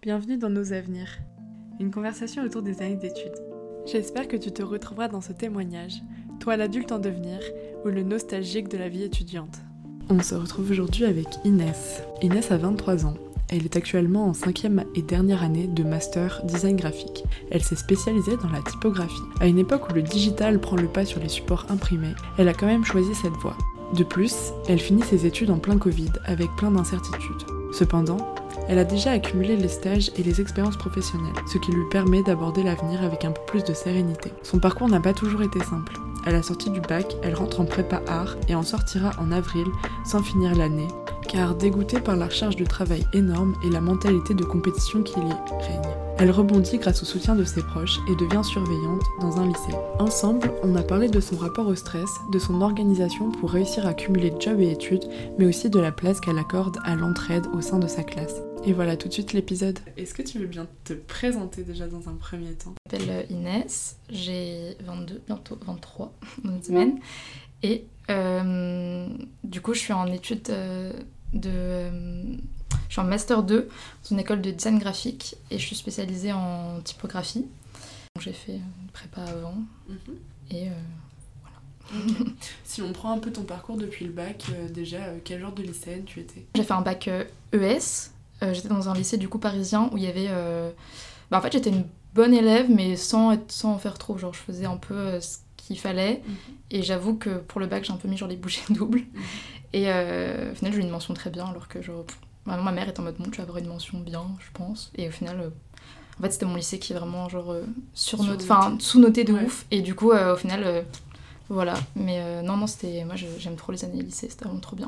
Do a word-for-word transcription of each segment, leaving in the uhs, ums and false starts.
Bienvenue dans Nos Avenirs, une conversation autour des années d'études. J'espère que tu te retrouveras dans ce témoignage, toi l'adulte en devenir ou le nostalgique de la vie étudiante. On se retrouve aujourd'hui avec Inès. Inès a vingt-trois ans. Elle est actuellement en cinquième et dernière année de master design graphique. Elle s'est spécialisée dans la typographie. À une époque où le digital prend le pas sur les supports imprimés, elle a quand même choisi cette voie. De plus, elle finit ses études en plein Covid avec plein d'incertitudes. Cependant, elle a déjà accumulé les stages et les expériences professionnelles, ce qui lui permet d'aborder l'avenir avec un peu plus de sérénité. Son parcours n'a pas toujours été simple. À la sortie du bac, elle rentre en prépa art et en sortira en avril sans finir l'année, car dégoûtée par la charge de travail énorme et la mentalité de compétition qui y règne. Elle rebondit grâce au soutien de ses proches et devient surveillante dans un lycée. Ensemble, on a parlé de son rapport au stress, de son organisation pour réussir à cumuler job et études, mais aussi de la place qu'elle accorde à l'entraide au sein de sa classe. Et voilà tout de suite l'épisode. Est-ce que tu veux bien te présenter déjà dans un premier temps ? Je m'appelle Inès, j'ai vingt-deux, bientôt vingt-trois dans une semaine. Et euh, du coup, je suis en études euh, de... Euh, je suis en master deux dans une école de design graphique et je suis spécialisée en typographie. Donc, j'ai fait une prépa avant mm-hmm. et euh, voilà. Okay. Si on prend un peu ton parcours depuis le bac, euh, déjà, euh, quel genre de lycéenne tu étais ? J'ai fait un bac euh, E S. Euh, j'étais dans un lycée du coup parisien où il y avait... Euh... Bah, en fait, j'étais une bonne élève, mais sans, être, sans en faire trop. Genre, je faisais un peu euh, ce qu'il fallait. Mm-hmm. Et j'avoue que pour le bac, j'ai un peu mis genre les bouchées doubles. Mm-hmm. Et euh, au final, j'ai eu une mention très bien, alors que genre, pff, ma mère est en mode, bon, tu vas avoir une mention bien, je pense. Et au final, euh, en fait, c'était mon lycée qui est vraiment genre euh, surnoté, enfin sous-noté de ouais. ouf. Et du coup, euh, au final, euh, voilà. Mais euh, non, non, c'était... Moi, je, j'aime trop les années lycée, c'était vraiment trop bien.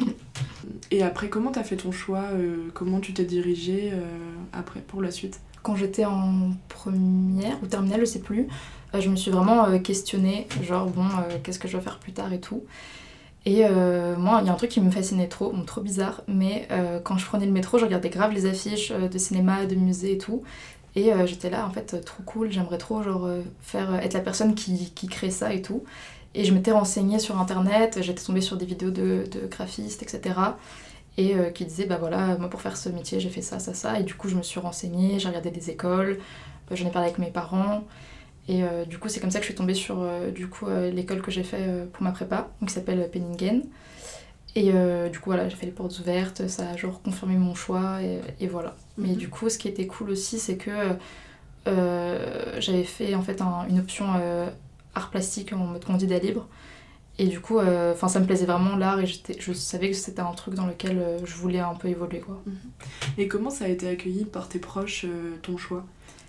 Et après, comment t'as fait ton choix euh, Comment tu t'es dirigée euh, après, pour la suite ? Quand j'étais en première ou terminale, je sais plus, euh, je me suis vraiment euh, questionnée, genre, bon, euh, qu'est-ce que je vais faire plus tard et tout. Et euh, moi, il y a un truc qui me fascinait trop, bon, trop bizarre, mais euh, quand je prenais le métro, je regardais grave les affiches euh, de cinéma, de musée et tout. Et euh, j'étais là, en fait, euh, trop cool, j'aimerais trop genre, euh, faire, être la personne qui, qui crée ça et tout. Et je m'étais renseignée sur internet, j'étais tombée sur des vidéos de, de graphistes, et cetera. Et euh, qui disaient, bah voilà, moi pour faire ce métier, j'ai fait ça, ça, ça. Et du coup, je me suis renseignée, j'ai regardé des écoles, euh, j'en ai parlé avec mes parents. Et euh, du coup, c'est comme ça que je suis tombée sur euh, du coup, euh, l'école que j'ai fait euh, pour ma prépa, donc, qui s'appelle Penningen. Et euh, du coup, voilà, j'ai fait les portes ouvertes, ça a genre confirmé mon choix, et, et voilà. Mm-hmm. Mais du coup, ce qui était cool aussi, c'est que euh, j'avais fait en fait un, une option euh, art plastique en mode candidat libre. Et du coup, euh, ça me plaisait vraiment l'art et j'étais, je savais que c'était un truc dans lequel euh, je voulais un peu évoluer, quoi. Et comment ça a été accueilli par tes proches, euh, ton choix ?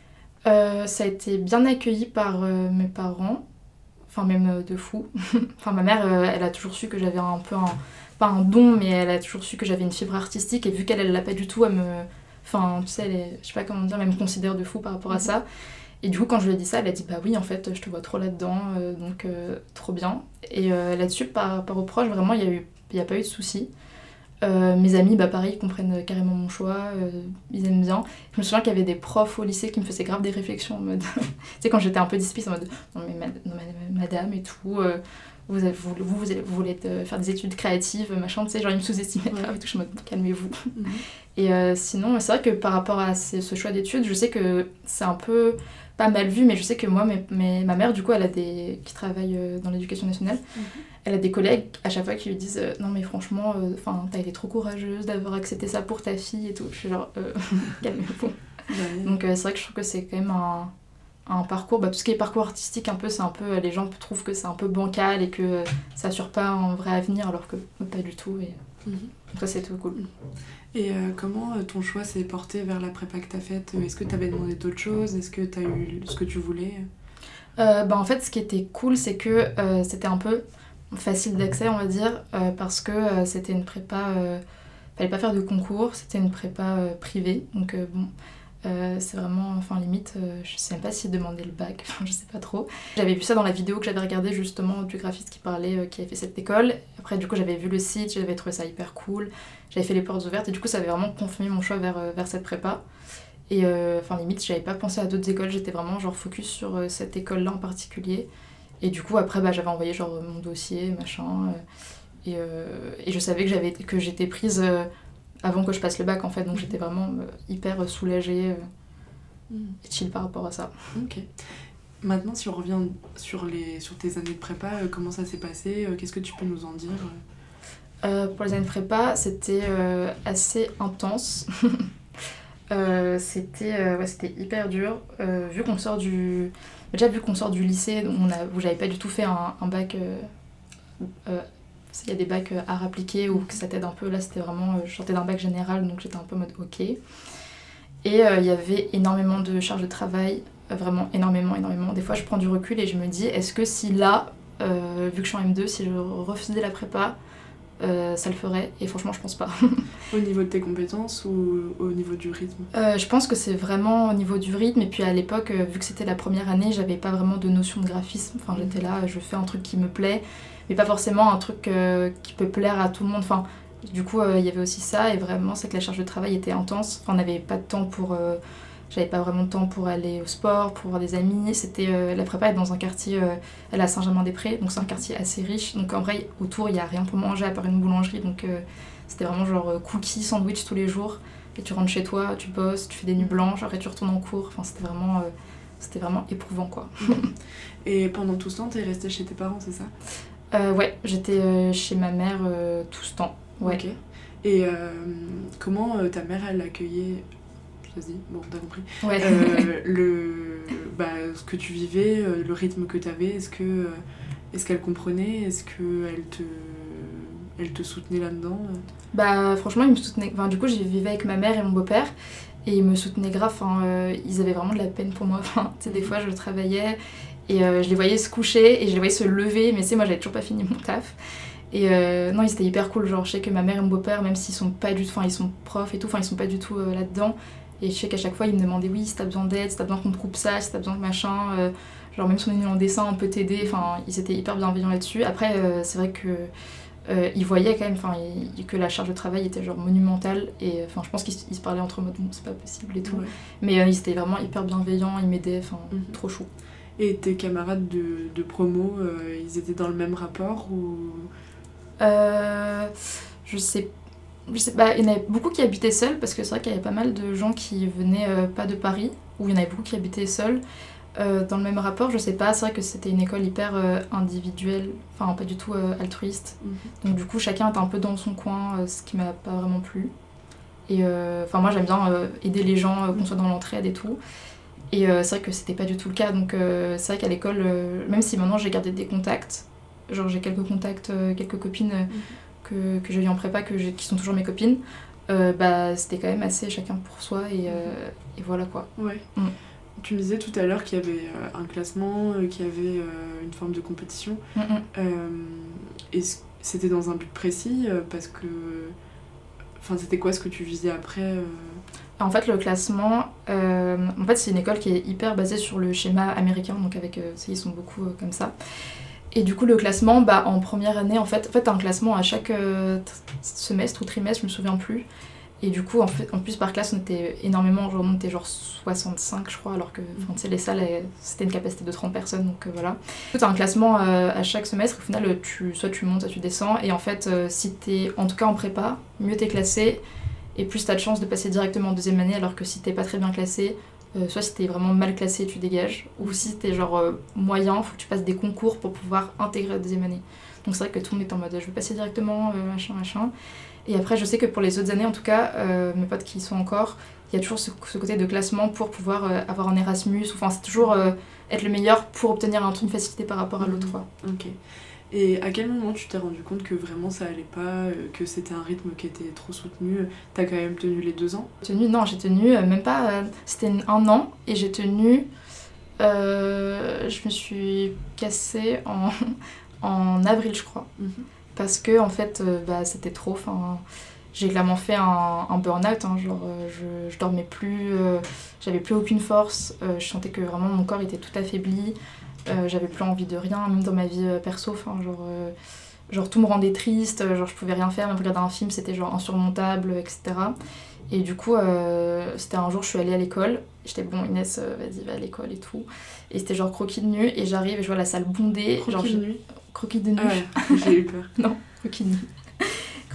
euh, Ça a été bien accueilli par euh, mes parents, enfin même euh, de fou. Enfin, ma mère, euh, elle a toujours su que j'avais un peu un... pas un don, mais elle a toujours su que j'avais une fibre artistique et vu qu'elle, elle l'a pas du tout, elle me... Enfin, tu sais, elle est... je sais pas comment dire, mais elle me considère de fou par rapport à mm-hmm. ça. Et du coup, quand je lui ai dit ça, elle a dit bah oui, en fait, je te vois trop là-dedans, euh, donc euh, trop bien. Et euh, là-dessus, par rapport aux proches, vraiment, il n'y a, a pas eu de soucis. Euh, mes amis, bah pareil, ils comprennent carrément mon choix, euh, ils aiment bien. Je me souviens qu'il y avait des profs au lycée qui me faisaient grave des réflexions en mode... tu sais, quand j'étais un peu dispise, en mode non mais mad- non, madame et tout, euh, vous, avez, vous, vous, vous, vous voulez faire des études créatives, machin, tu sais, genre ils me sous-estimaient grave et tout, je me dis calmez-vous. Mm-hmm. Et euh, sinon, c'est vrai que par rapport à ces, ce choix d'études, je sais que c'est un peu... pas mal vu, mais je sais que moi, mes, mes, ma mère, du coup, elle a des... qui travaille dans l'éducation nationale, mm-hmm. elle a des collègues, à chaque fois, qui lui disent euh, « Non, mais franchement, euh, t'as été trop courageuse d'avoir accepté ça pour ta fille et tout. » Je suis genre euh, « Calmez-vous. » Ouais. Donc euh, c'est vrai que je trouve que c'est quand même un, un parcours, bah, tout ce qui est parcours artistique, un peu, c'est un peu... Les gens trouvent que c'est un peu bancal et que euh, ça assure pas un vrai avenir, alors que euh, pas du tout. Et... Mm-hmm. Donc ça, c'est tout cool. Et euh, comment euh, ton choix s'est porté vers la prépa que t'as faite ? Est-ce que t'avais demandé d'autres choses ? Est-ce que t'as eu ce que tu voulais ? euh, bah, En fait, ce qui était cool, c'est que euh, c'était un peu facile d'accès, on va dire, euh, parce que euh, c'était une prépa... Euh, fallait pas faire de concours, c'était une prépa euh, privée. Donc euh, bon, euh, c'est vraiment... Enfin, limite, euh, je sais même pas s'ils demandaient le bac, enfin, je sais pas trop. J'avais vu ça dans la vidéo que j'avais regardée, justement, du graphiste qui parlait, euh, qui avait fait cette école. Après, du coup, j'avais vu le site, j'avais trouvé ça hyper cool. J'avais fait les portes ouvertes et du coup ça avait vraiment confirmé mon choix vers, vers cette prépa. Et enfin euh, limite j'avais pas pensé à d'autres écoles, j'étais vraiment genre focus sur euh, cette école là en particulier. Et du coup après bah, j'avais envoyé genre mon dossier machin euh, et, euh, et je savais que, j'avais, que j'étais prise euh, avant que je passe le bac en fait, donc j'étais vraiment euh, hyper soulagée euh, Mm. et chill par rapport à ça. Ok. Maintenant, si on revient sur, les, sur tes années de prépa, euh, comment ça s'est passé euh, Qu'est-ce que tu peux nous en dire Euh, pour les années de prépa, c'était euh, assez intense. euh, c'était, euh, ouais, c'était hyper dur. Euh, vu qu'on sort du... Déjà, vu qu'on sort du lycée, on a, où j'avais pas du tout fait un, un bac... Euh, euh, il y a des bacs euh, arts appliqués où ça t'aide un peu. Là, c'était vraiment... Euh, je sortais d'un bac général, donc j'étais un peu en mode OK. Et il euh, y avait énormément de charges de travail. Euh, vraiment énormément, énormément. Des fois, je prends du recul et je me dis, est-ce que si là, euh, vu que je suis en M deux, si je refaisais la prépa, Euh, ça le ferait, et franchement je pense pas. Au niveau de tes compétences ou au niveau du rythme euh, Je pense que c'est vraiment au niveau du rythme, et puis à l'époque, euh, vu que c'était la première année, j'avais pas vraiment de notion de graphisme. Enfin, j'étais là, je fais un truc qui me plaît, mais pas forcément un truc euh, qui peut plaire à tout le monde. Enfin, du coup, il euh, y avait aussi ça, et vraiment, c'est que la charge de travail était intense. Enfin, on n'avait pas de temps pour... Euh, J'avais pas vraiment de temps pour aller au sport, pour voir des amis. C'était, euh, la prépa est dans un quartier, euh, elle est à Saint-Germain-des-Prés, donc c'est un quartier assez riche. Donc en vrai, autour, il n'y a rien pour manger à part une boulangerie. Donc euh, c'était vraiment genre euh, cookies, sandwich tous les jours. Et tu rentres chez toi, tu bosses, tu fais des nuits blanches, après tu retournes en cours. Enfin, c'était vraiment, euh, c'était vraiment éprouvant, quoi. Et pendant tout ce temps, t'es restée chez tes parents, c'est ça euh, Ouais, j'étais euh, chez ma mère euh, tout ce temps. Ouais. Ok. Et euh, comment euh, ta mère, elle accueillait... Vas-y, bon, t'as compris. Ouais. Euh, le, bah, ce que tu vivais, euh, le rythme que t'avais, est-ce que, euh, est-ce qu'elle comprenait? Est-ce qu'elle te, elle te soutenait là-dedans? Bah franchement, ils me soutenaient. Enfin, du coup, j'y vivais avec ma mère et mon beau-père, et ils me soutenaient grave. Enfin, euh, ils avaient vraiment de la peine pour moi. Enfin, tu sais, des fois, je travaillais et euh, je les voyais se coucher et je les voyais se lever, mais tu sais, moi, j'avais toujours pas fini mon taf. Et euh, non, ils étaient hyper cool. Genre, je sais que ma mère et mon beau-père, même s'ils sont pas du tout, enfin, ils sont profs et tout, enfin, ils sont pas du tout euh, là-dedans. Et je sais qu'à chaque fois, ils me demandaient, oui, si t'as besoin d'aide, si t'as besoin qu'on te coupe ça, si t'as besoin de machin. Euh, genre, même si on est nul en dessin, on peut t'aider. Enfin, ils étaient hyper bienveillants là-dessus. Après, euh, c'est vrai que euh, ils voyaient quand même ils, que la charge de travail était genre monumentale. Et enfin, je pense qu'ils ils se parlaient entre eux en mode, bon, c'est pas possible et tout. Ouais. Mais euh, ils étaient vraiment hyper bienveillants, ils m'aidaient, enfin, mm-hmm. Trop chou. Et tes camarades de, de promo, euh, ils étaient dans le même rapport ou... Euh, je sais pas. Je sais pas, il y en avait beaucoup qui habitaient seuls, parce que c'est vrai qu'il y avait pas mal de gens qui venaient euh, pas de Paris, ou il y en avait beaucoup qui habitaient seuls. Euh, dans le même rapport, je sais pas, c'est vrai que c'était une école hyper euh, individuelle, enfin pas du tout euh, altruiste. Mm-hmm. Donc du coup, chacun était un peu dans son coin, euh, ce qui m'a pas vraiment plu. Et euh, enfin, moi j'aime bien euh, aider les gens, euh, qu'on soit dans l'entraide et tout. Et euh, c'est vrai que c'était pas du tout le cas, donc euh, c'est vrai qu'à l'école, euh, même si maintenant j'ai gardé des contacts, genre j'ai quelques contacts, euh, quelques copines. Euh, mm-hmm. Que, que j'ai eu en prépa, que j'ai, qui sont toujours mes copines, euh, bah, c'était quand même assez chacun pour soi et, euh, et voilà quoi. Ouais. Mm. Tu me disais tout à l'heure qu'il y avait euh, un classement, euh, qu'il y avait euh, une forme de compétition. Mm-hmm. Euh, est-ce, c'était dans un but précis euh, parce que... Enfin, c'était quoi ce que tu visais après euh... En fait, le classement, euh, en fait, c'est une école qui est hyper basée sur le schéma américain, donc avec, euh, ils sont beaucoup euh, comme ça. Et du coup, le classement, bah, en première année, en fait, en fait, t'as un classement à chaque euh, semestre ou trimestre, je me souviens plus. Et du coup, en, fait, en plus, par classe, on était énormément, genre, on était genre soixante-cinq, je crois, alors que, enfin, tu sais, les salles, c'était une capacité de trente personnes, donc euh, voilà. Du coup, t'as un classement euh, à chaque semestre, au final, tu, soit tu montes, soit tu descends, et en fait, euh, si t'es, en tout cas en prépa, mieux t'es classé, et plus t'as de chance de passer directement en deuxième année, alors que si t'es pas très bien classé, Euh, soit si t'es vraiment mal classé, tu dégages, ou si t'es genre euh, moyen, faut que tu passes des concours pour pouvoir intégrer la deuxième année. Donc c'est vrai que tout le monde est en mode je veux passer directement, euh, machin, machin. Et après, je sais que pour les autres années, en tout cas, euh, mes potes qui y sont encore, il y a toujours ce, ce côté de classement pour pouvoir euh, avoir un Erasmus, enfin c'est toujours euh, être le meilleur pour obtenir un truc, une facilité par rapport à l'autre fois. Ok. Et à quel moment tu t'es rendu compte que vraiment ça allait pas, que c'était un rythme qui était trop soutenu? T'as quand même tenu les deux ans? Tenu, non, j'ai tenu euh, même pas, euh, c'était un an, et j'ai tenu, euh, je me suis cassée en, en avril je crois, mm-hmm. Parce que en fait euh, bah, c'était trop, enfin j'ai clairement fait un, un burn-out, hein, genre euh, je, je dormais plus, euh, j'avais plus aucune force, euh, je sentais que vraiment mon corps était tout affaibli. Euh, j'avais plus envie de rien, même dans ma vie euh, perso, enfin genre, euh, genre tout me rendait triste, genre je pouvais rien faire, même regarder un film c'était genre insurmontable, et cetera. Et du coup, euh, c'était un jour je suis allée à l'école, j'étais bon Inès, euh, vas-y va à l'école et tout, et c'était genre croquis de nuit, et j'arrive et je vois la salle bondée. Croquis genre, de je... nuit Croquis de nuit. Ah ouais, j'ai eu peur. Non, croquis de nuit.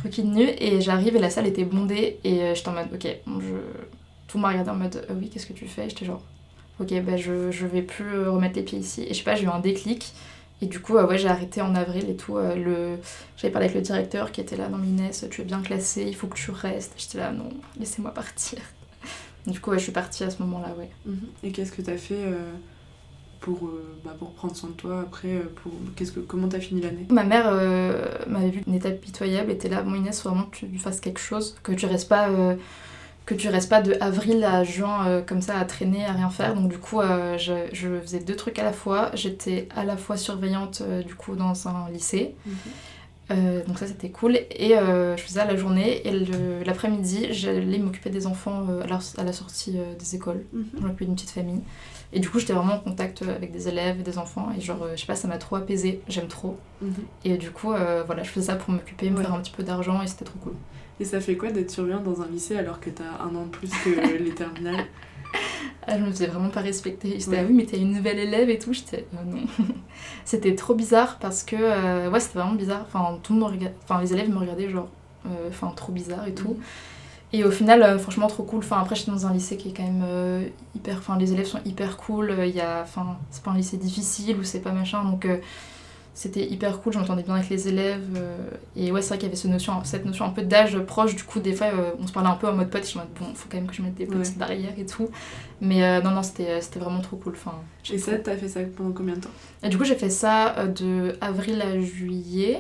coquille nue, et j'arrive et la salle était bondée, et euh, j'étais en mode, ok, bon, je... tout le monde m'a regardé en mode, euh, oui, qu'est-ce que tu fais? J'étais genre, ok, bah je, je vais plus remettre les pieds ici. Et je sais pas, j'ai eu un déclic, et du coup, euh, ouais, j'ai arrêté en avril et tout. Euh, le... J'avais parlé avec le directeur qui était là, non, Inès, tu es bien classée, il faut que tu restes. J'étais là, non, laissez-moi partir. Du coup, ouais, je suis partie à ce moment-là, ouais. Et qu'est-ce que t'as fait euh, pour, euh, bah, pour prendre soin de toi après euh, pour... Qu'est-ce que... Comment t'as fini l'année? Ma mère euh, m'avait vu une étape pitoyable, était là, bon Inès, faut vraiment que tu fasses quelque chose, que tu restes pas, euh, que tu restes pas de avril à juin euh, comme ça à traîner, à rien faire. Donc du coup, euh, je, je faisais deux trucs à la fois. J'étais à la fois surveillante euh, du coup dans un lycée. Mm-hmm. Euh, donc ça c'était cool, et euh, je faisais à la journée, et le, l'après-midi j'allais m'occuper des enfants euh, à, la, à la sortie euh, des écoles. Mm-hmm. Je m'occupais d'une petite famille, et du coup j'étais vraiment en contact avec des élèves et des enfants, et genre euh, je sais pas, ça m'a trop apaisée, j'aime trop. Mm-hmm. Et du coup euh, voilà, je faisais ça pour m'occuper, me ouais. faire un petit peu d'argent, et c'était trop cool. Et ça fait quoi d'être surveillante dans un lycée alors que t'as un an de plus que les terminales? Ah, je me faisais vraiment pas respecter. J'étais, ouais. ah oui, mais t'es une nouvelle élève et tout. J'étais, euh, non. C'était trop bizarre parce que, euh, ouais, c'était vraiment bizarre. Enfin, tout le monde me regardait, enfin, les élèves me regardaient, genre, euh, enfin, trop bizarre et tout. Mmh. Et au final, euh, franchement, trop cool. Enfin, après, j'étais dans un lycée qui est quand même euh, hyper. Enfin, les élèves sont hyper cool. Il y a, enfin, c'est pas un lycée difficile ou c'est pas machin. Donc, euh, c'était hyper cool. Je m'entendais bien avec les élèves. Euh, et ouais, c'est vrai qu'il y avait ce notion, cette notion un peu d'âge proche. Du coup, des fois, euh, on se parlait un peu en mode pote. Je suis en mode, bon, faut quand même que je mette des petites ouais. barrières et tout. Mais euh, non, non, c'était, c'était vraiment trop cool. Enfin, et ça, t'as fait ça pendant combien de temps? Et du coup, j'ai fait ça euh, de avril à juillet.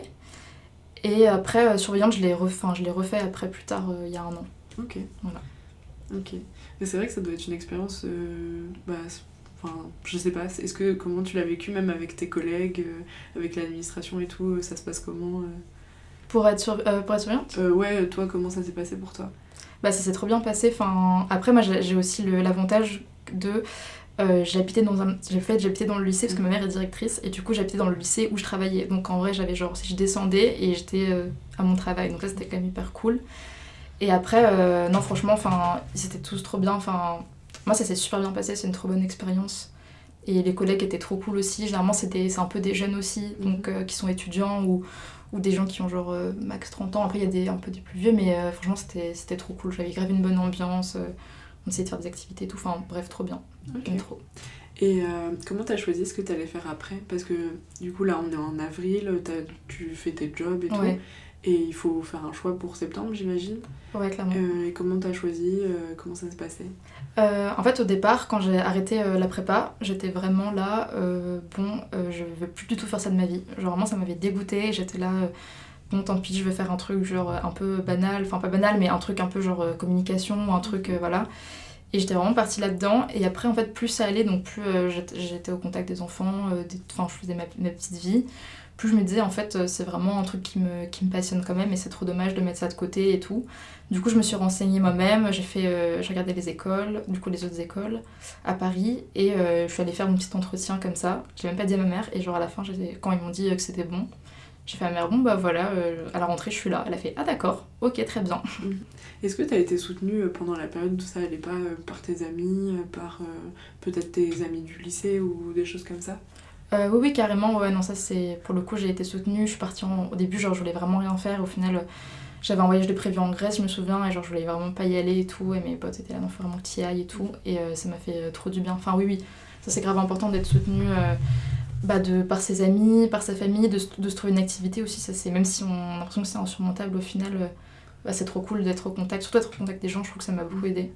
Et après, euh, surveillante, je l'ai, refait, je l'ai refait après, plus tard, il euh, y a un an. Ok. Voilà. Ok. Mais c'est vrai que ça doit être une expérience... Euh, bah, enfin, je sais pas, est-ce que, comment tu l'as vécu, même avec tes collègues, euh, avec l'administration et tout, ça se passe comment euh... Pour être, sur, euh, pour être surveillante euh, Ouais, toi, comment ça s'est passé pour toi? Bah, ça s'est trop bien passé. Enfin, après, moi, j'ai, j'ai aussi le, l'avantage de... Euh, j'habitais dans un... J'ai fait, j'habitais dans le lycée parce que ma mère est directrice, et du coup, j'habitais dans le lycée où je travaillais. Donc, en vrai, j'avais genre... Si je descendais et j'étais euh, à mon travail. Donc ça, c'était quand même hyper cool. Et après, euh, non, franchement, enfin, ils étaient tous trop bien. Enfin, moi, ça s'est super bien passé. C'est une trop bonne expérience. Et les collègues étaient trop cool aussi. Généralement, c'est, des, c'est un peu des jeunes aussi, donc euh, qui sont étudiants ou... ou des gens qui ont genre euh, max trente ans. Après, il y a des, un peu des plus vieux, mais euh, franchement, c'était, c'était trop cool. J'avais grave une bonne ambiance, euh, on essayait de faire des activités et tout. Enfin, bref, trop bien. Okay. J'aime trop. Et euh, comment t'as choisi ce que t'allais faire après? Parce que du coup, là, on est en avril, tu fais tes jobs et tout. Ouais. Et il faut faire un choix pour septembre, j'imagine. Ouais, clairement. Euh, et comment t'as choisi euh, Comment ça s'est passé? euh, En fait, au départ, quand j'ai arrêté euh, la prépa, j'étais vraiment là, euh, bon, euh, je veux plus du tout faire ça de ma vie. Genre, vraiment, ça m'avait dégoûtée. J'étais là, euh, bon, tant pis, je vais faire un truc genre un peu banal. Enfin, pas banal, mais un truc un peu genre euh, communication ou un truc, euh, voilà. Et j'étais vraiment partie là-dedans. Et après, en fait, plus ça allait, donc plus euh, j'étais, j'étais au contact des enfants, euh, des... enfin, je faisais ma, ma petite vie. Plus je me disais, en fait, c'est vraiment un truc qui me, qui me passionne quand même, et c'est trop dommage de mettre ça de côté et tout. Du coup, je me suis renseignée moi-même, j'ai fait, euh, j'ai regardé les écoles, du coup les autres écoles, à Paris, et euh, je suis allée faire mon petit entretien comme ça. J'ai même pas dit à ma mère, et genre à la fin, j'étais, quand ils m'ont dit que c'était bon, j'ai fait à ma mère, bon bah voilà, euh, à la rentrée, je suis là. Elle a fait, ah d'accord, ok, très bien. Est-ce que t'as été soutenue pendant la période où ça allait pas, par tes amis, par euh, peut-être tes amis du lycée ou des choses comme ça? Euh, oui, oui, carrément, ouais, non, ça c'est... Pour le coup, j'ai été soutenue, je suis partie en... Au début, genre, je voulais vraiment rien faire, au final, euh, j'avais un voyage de prévu en Grèce, je me souviens, et genre, je voulais vraiment pas y aller et tout, et mes potes étaient là, non, faut vraiment que t'y ailles et tout, et euh, ça m'a fait euh, trop du bien. Enfin, oui, oui, ça c'est grave important d'être soutenue euh, bah, de, par ses amis, par sa famille, de, de se trouver une activité aussi, ça c'est... Même si on a l'impression que c'est insurmontable, au final, euh, bah, c'est trop cool d'être au contact, surtout être au contact des gens, je trouve que ça m'a beaucoup aidée.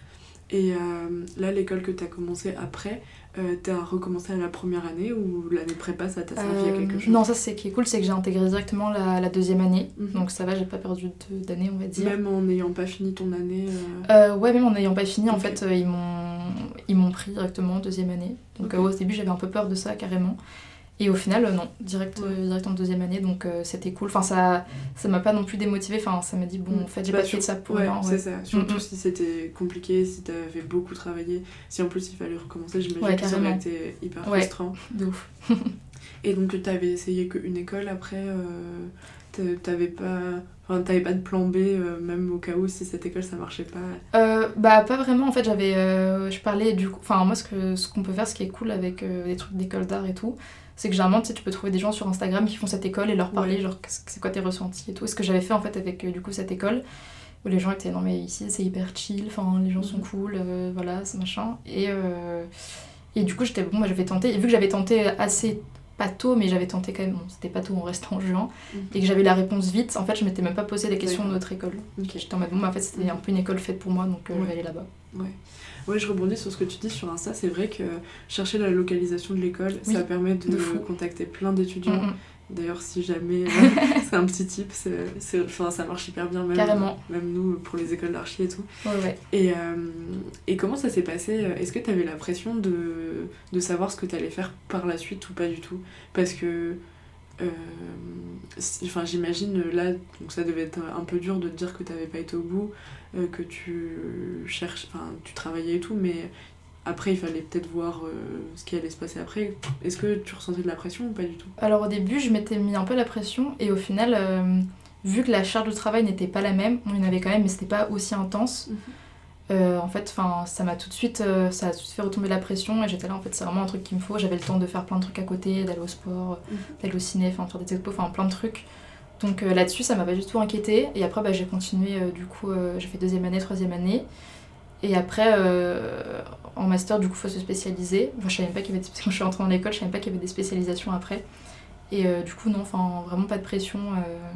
Et euh, là, l'école que t'as commencé après, euh, t'as recommencé à la première année ou l'année prépa, ça t'a servi euh, à quelque chose? Non, ça c'est qui est cool, c'est que j'ai intégré directement la, la deuxième année, mm-hmm. donc ça va, j'ai pas perdu de, d'année, on va dire. Même en n'ayant pas fini ton année euh... Euh, Ouais, même en n'ayant pas fini, okay. En fait, euh, ils, m'ont, ils m'ont pris directement en deuxième année. Donc okay. euh, au début, j'avais un peu peur de ça, carrément. Et au final, euh, non, direct, ouais. euh, direct en deuxième année, donc euh, c'était cool. Enfin, ça, ça m'a pas non plus démotivée, enfin, ça m'a dit, bon, en fait, j'ai bah, pas sur... fait ça pour ouais, rien. Ouais, c'est ça. Surtout mm-hmm. si c'était compliqué, si t'avais beaucoup travaillé, si en plus il fallait recommencer, j'imagine ouais, que ça aurait été hyper ouais. frustrant. De ouf. Et donc, t'avais essayé qu'une école après, euh, t'avais pas... Enfin, t'avais pas de plan B, euh, même au cas où si cette école ça marchait pas? euh, Bah pas vraiment, en fait j'avais... Euh, je parlais du coup... Enfin moi ce que ce qu'on peut faire, ce qui est cool avec euh, des trucs d'école d'art et tout, c'est que généralement tu sais, tu peux trouver des gens sur Instagram qui font cette école et leur parler Ouais. genre c'est quoi tes ressentis et tout. Et ce que j'avais fait en fait avec euh, du coup cette école, où les gens étaient non mais ici c'est hyper chill, enfin les gens sont Mhm. cool, euh, voilà, c'est machin. Et, euh, et du coup j'étais bon, moi j'avais tenté, et vu que j'avais tenté assez... pas tôt, mais j'avais tenté quand même, bon, c'était pas tôt, on reste en juin, Mhm. et que j'avais la réponse vite, en fait je m'étais même pas posé la question de D'accord. notre école. Ok. J'étais en mode bon, bah, en fait c'était un peu une école faite pour moi, donc euh, Ouais. je vais aller là-bas. Ouais. Ouais, je rebondis sur ce que tu dis sur Insta. C'est vrai que chercher la localisation de l'école, Oui, ça permet de, de fou. contacter plein d'étudiants. Mm, mm. D'ailleurs, si jamais, c'est un petit tip, c'est, c'est, enfin, ça marche hyper bien, même, Carrément. même nous, pour les écoles d'archi et tout. Ouais, ouais. Et, euh, et comment ça s'est passé? Est-ce que tu avais la pression de, de savoir ce que tu allais faire par la suite ou pas du tout? Parce que, euh, si, enfin, j'imagine, là, donc ça devait être un peu dur de te dire que tu n'avais pas été au bout, euh, que tu cherches, enfin, tu travaillais et tout, mais après, il fallait peut-être voir euh, ce qui allait se passer après. Est-ce que tu ressentais de la pression ou pas du tout? Alors au début, je m'étais mis un peu la pression, et au final, euh, vu que la charge de travail n'était pas la même, on en avait quand même, mais c'était pas aussi intense. Mhm. Euh, en fait, ça m'a tout de suite, euh, ça a tout de suite fait retomber la pression, et j'étais là, en fait, c'est vraiment un truc qu'il me faut. J'avais le temps de faire plein de trucs à côté, d'aller au sport, Mhm. d'aller au ciné, enfin faire des expos, enfin plein de trucs. Donc euh, là-dessus, ça m'a pas du tout inquiétée. Et après, bah, j'ai continué, euh, du coup, euh, j'ai fait deuxième année, troisième année. Et après, euh, en master, du coup, faut se spécialiser. Enfin, je savais même pas qu'il y avait des... Quand je suis rentrée dans l'école, je savais même pas qu'il y avait des spécialisations après. Et euh, du coup, non, enfin, vraiment pas de pression. Euh...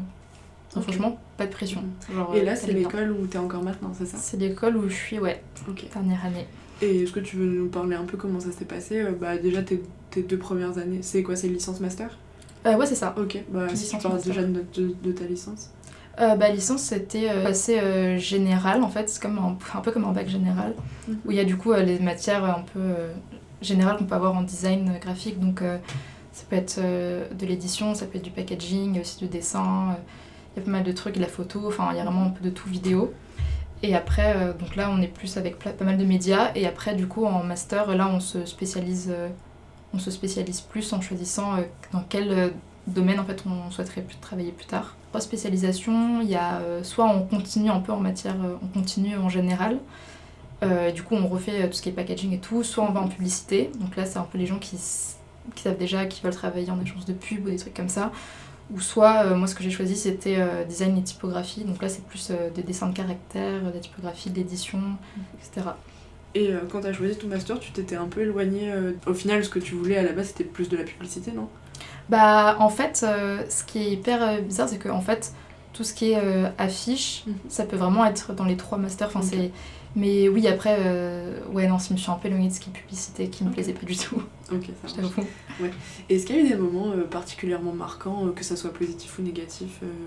Non, Ok. franchement, pas de pression. Genre, Et euh, là, c'est t'allais bien. l'école où t'es encore maintenant, c'est ça? C'est l'école où je suis, ouais, Ok. dernière année. Et est-ce que tu veux nous parler un peu comment ça s'est passé? Euh, Bah déjà tes, tes deux premières années, c'est quoi, c'est licence master? Euh, ouais, c'est ça. Ok, bah si tu Licence parles master. déjà de, notre- de, de ta licence. Euh, bah, licence, c'était euh, assez euh, général, en fait. C'est comme un, un peu comme un bac général, Mhm. où il y a du coup euh, les matières un peu euh, générales qu'on peut avoir en design euh, graphique. Donc, euh, ça peut être euh, de l'édition, ça peut être du packaging, il y a aussi du dessin. euh, Il y a pas mal de trucs, de la photo, enfin, il y a vraiment un peu de tout vidéo. Et après, euh, donc là, on est plus avec pla- pas mal de médias. Et après, du coup, en master, là, on se spécialise, euh, on se spécialise plus en choisissant euh, dans quel euh, domaine en fait on souhaiterait plus travailler plus tard. Trois spécialisations, il y a euh, soit on continue un peu en matière, euh, on continue en général. Euh, du coup, on refait euh, tout ce qui est packaging et tout. Soit on va en publicité. Donc là, c'est un peu les gens qui, s- qui savent déjà, qui veulent travailler en agence de pub ou des trucs comme ça. Ou soit, euh, moi, ce que j'ai choisi, c'était euh, design et typographie. Donc là, c'est plus euh, des dessins de caractère, de la typographie, de l'édition, et cetera. Et euh, quand t'as choisi ton master, tu t'étais un peu éloigné. Euh, au final, ce que tu voulais à la base, c'était plus de la publicité, non? Bah, en fait, euh, ce qui est hyper euh, bizarre, c'est que en fait, tout ce qui est euh, affiche, Mhm. ça peut vraiment être dans les trois masters. Enfin, Ok. c'est... Mais oui, après, euh, ouais, non, je me suis un peu éloignée de ce qui est publicité, qui me Ok. plaisait pas du tout, Ok, ça je marche. t'avoue. Et est-ce qu'il y a eu des moments euh, particulièrement marquants, euh, que ça soit positif ou négatif, euh,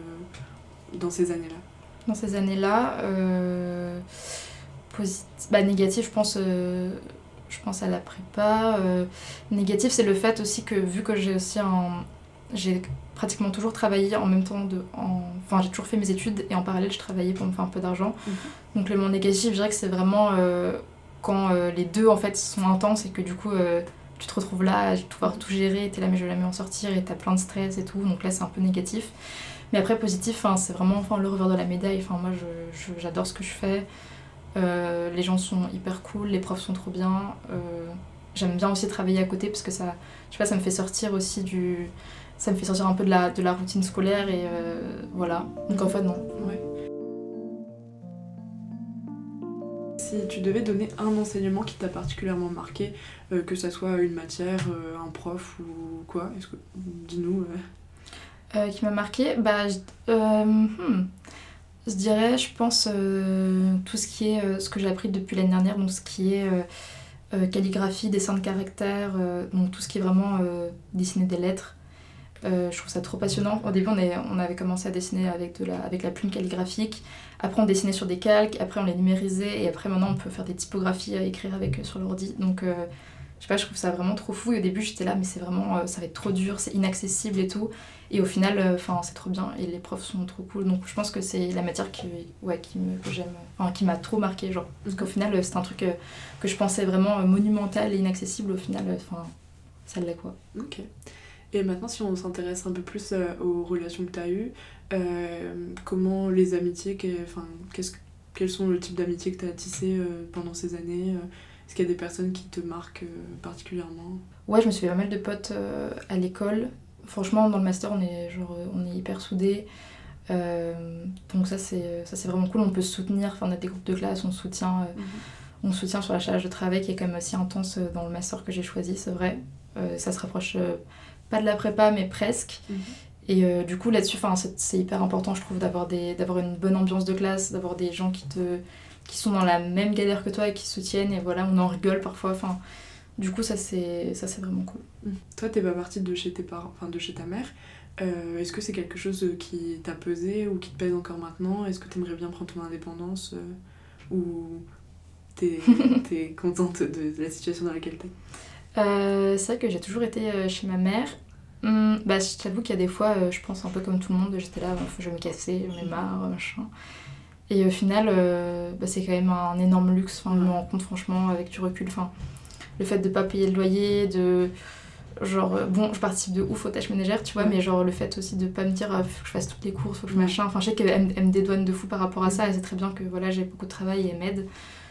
dans ces années-là? Dans ces années-là, euh, posit- bah, négatif, je pense, euh, je pense à la prépa. Euh, négatif, c'est le fait aussi que, vu que j'ai aussi un... J'ai pratiquement toujours travaillé en même temps de... En... Enfin, j'ai toujours fait mes études et en parallèle, je travaillais pour me faire un peu d'argent. Mhm. Donc le moment négatif, je dirais que c'est vraiment euh, quand euh, les deux, en fait, sont intenses et que du coup... euh, tu te retrouves là à devoir tout gérer, t'es là mais je vais jamais en sortir et t'as plein de stress et tout, donc là c'est un peu négatif. Mais après positif, c'est vraiment enfin, le revers de la médaille, enfin, moi je, je- j'adore ce que je fais, euh, les gens sont hyper cool, les profs sont trop bien, euh, j'aime bien aussi travailler à côté parce que ça, je sais pas, ça me fait sortir aussi du... Ça me fait sortir un peu de la, de la routine scolaire et euh, voilà. Donc en fait non. Ouais. Si tu devais donner un enseignement qui t'a particulièrement marqué, euh, que ça soit une matière, euh, un prof ou quoi, est-ce que dis-nous. euh. Euh, qui m'a marqué, bah, je, euh, hmm, je dirais, je pense, euh, tout ce qui est euh, ce que j'ai appris depuis l'année dernière, donc ce qui est euh, euh, calligraphie, dessin de caractère, euh, donc tout ce qui est vraiment euh, dessiner des lettres. Euh, je trouve ça trop passionnant. Au début, on, est, on avait commencé à dessiner avec, de la, avec la plume calligraphique. Après, on dessinait sur des calques. Après, on les numérisait. Et après, maintenant, on peut faire des typographies à écrire avec euh, sur l'ordi. Donc, euh, je sais pas, je trouve ça vraiment trop fou. Et au début, j'étais là, mais c'est vraiment, euh, ça va être trop dur, c'est inaccessible et tout. Et au final, enfin, euh, c'est trop bien. Et les profs sont trop cool. Donc, je pense que c'est la matière qui, ouais, qui me, que j'aime, enfin, qui m'a trop marqué, genre. Parce qu'au final, euh, c'est un truc euh, que je pensais vraiment euh, monumental et inaccessible. Au final, enfin, euh, ça l'est quoi. Ok. Et maintenant, si on s'intéresse un peu plus euh, aux relations que tu as eues, Euh, comment les amitiés, que- enfin, qu'est-ce, quels sont le type d'amitié que tu as tissé euh, pendant ces années? Est-ce qu'il y a des personnes qui te marquent euh, particulièrement? Ouais, je me suis fait pas mal de potes euh, à l'école. Franchement, dans le master, on est, genre, on est hyper soudés. Euh, donc ça c'est, ça, c'est vraiment cool. On peut se soutenir. Enfin, on a des groupes de classe, on se soutient, euh, mm-hmm. on se soutient sur la charge de travail qui est quand même aussi intense dans le master que j'ai choisi, c'est vrai. Euh, ça se rapproche euh, pas de la prépa, mais presque. Mm-hmm. Et euh, du coup, là-dessus, c'est, c'est hyper important, je trouve, d'avoir, des, d'avoir une bonne ambiance de classe, d'avoir des gens qui, te, qui sont dans la même galère que toi et qui se soutiennent. Et voilà, on en rigole parfois. Enfin, du coup, ça c'est, ça, c'est vraiment cool. Mmh. Toi, t'es pas partie de chez tes parents, enfin de chez ta mère. Euh, est-ce que c'est quelque chose qui t'a pesé ou qui te pèse encore maintenant? Est-ce que t'aimerais bien prendre ton indépendance euh, ou t'es, t'es contente de, de la situation dans laquelle t'es? euh, C'est vrai que j'ai toujours été euh, chez ma mère. Hum, bah, je t'avoue qu'il y a des fois, euh, je pense un peu comme tout le monde, j'étais là, je vais me casser, j'en ai marre, machin. Et au final, euh, bah, c'est quand même un énorme luxe. Enfin, je me rends compte franchement avec du recul. Enfin, le fait de pas payer le loyer, de genre bon, je participe de ouf aux tâches ménagères, tu vois, ouais. Mais genre le fait aussi de pas me dire euh, faut que je fasse toutes les courses, faut que je machin. Enfin, je sais qu'elle elle me dédouane de fou par rapport à ça, et c'est très bien que voilà, j'ai beaucoup de travail et elle m'aide.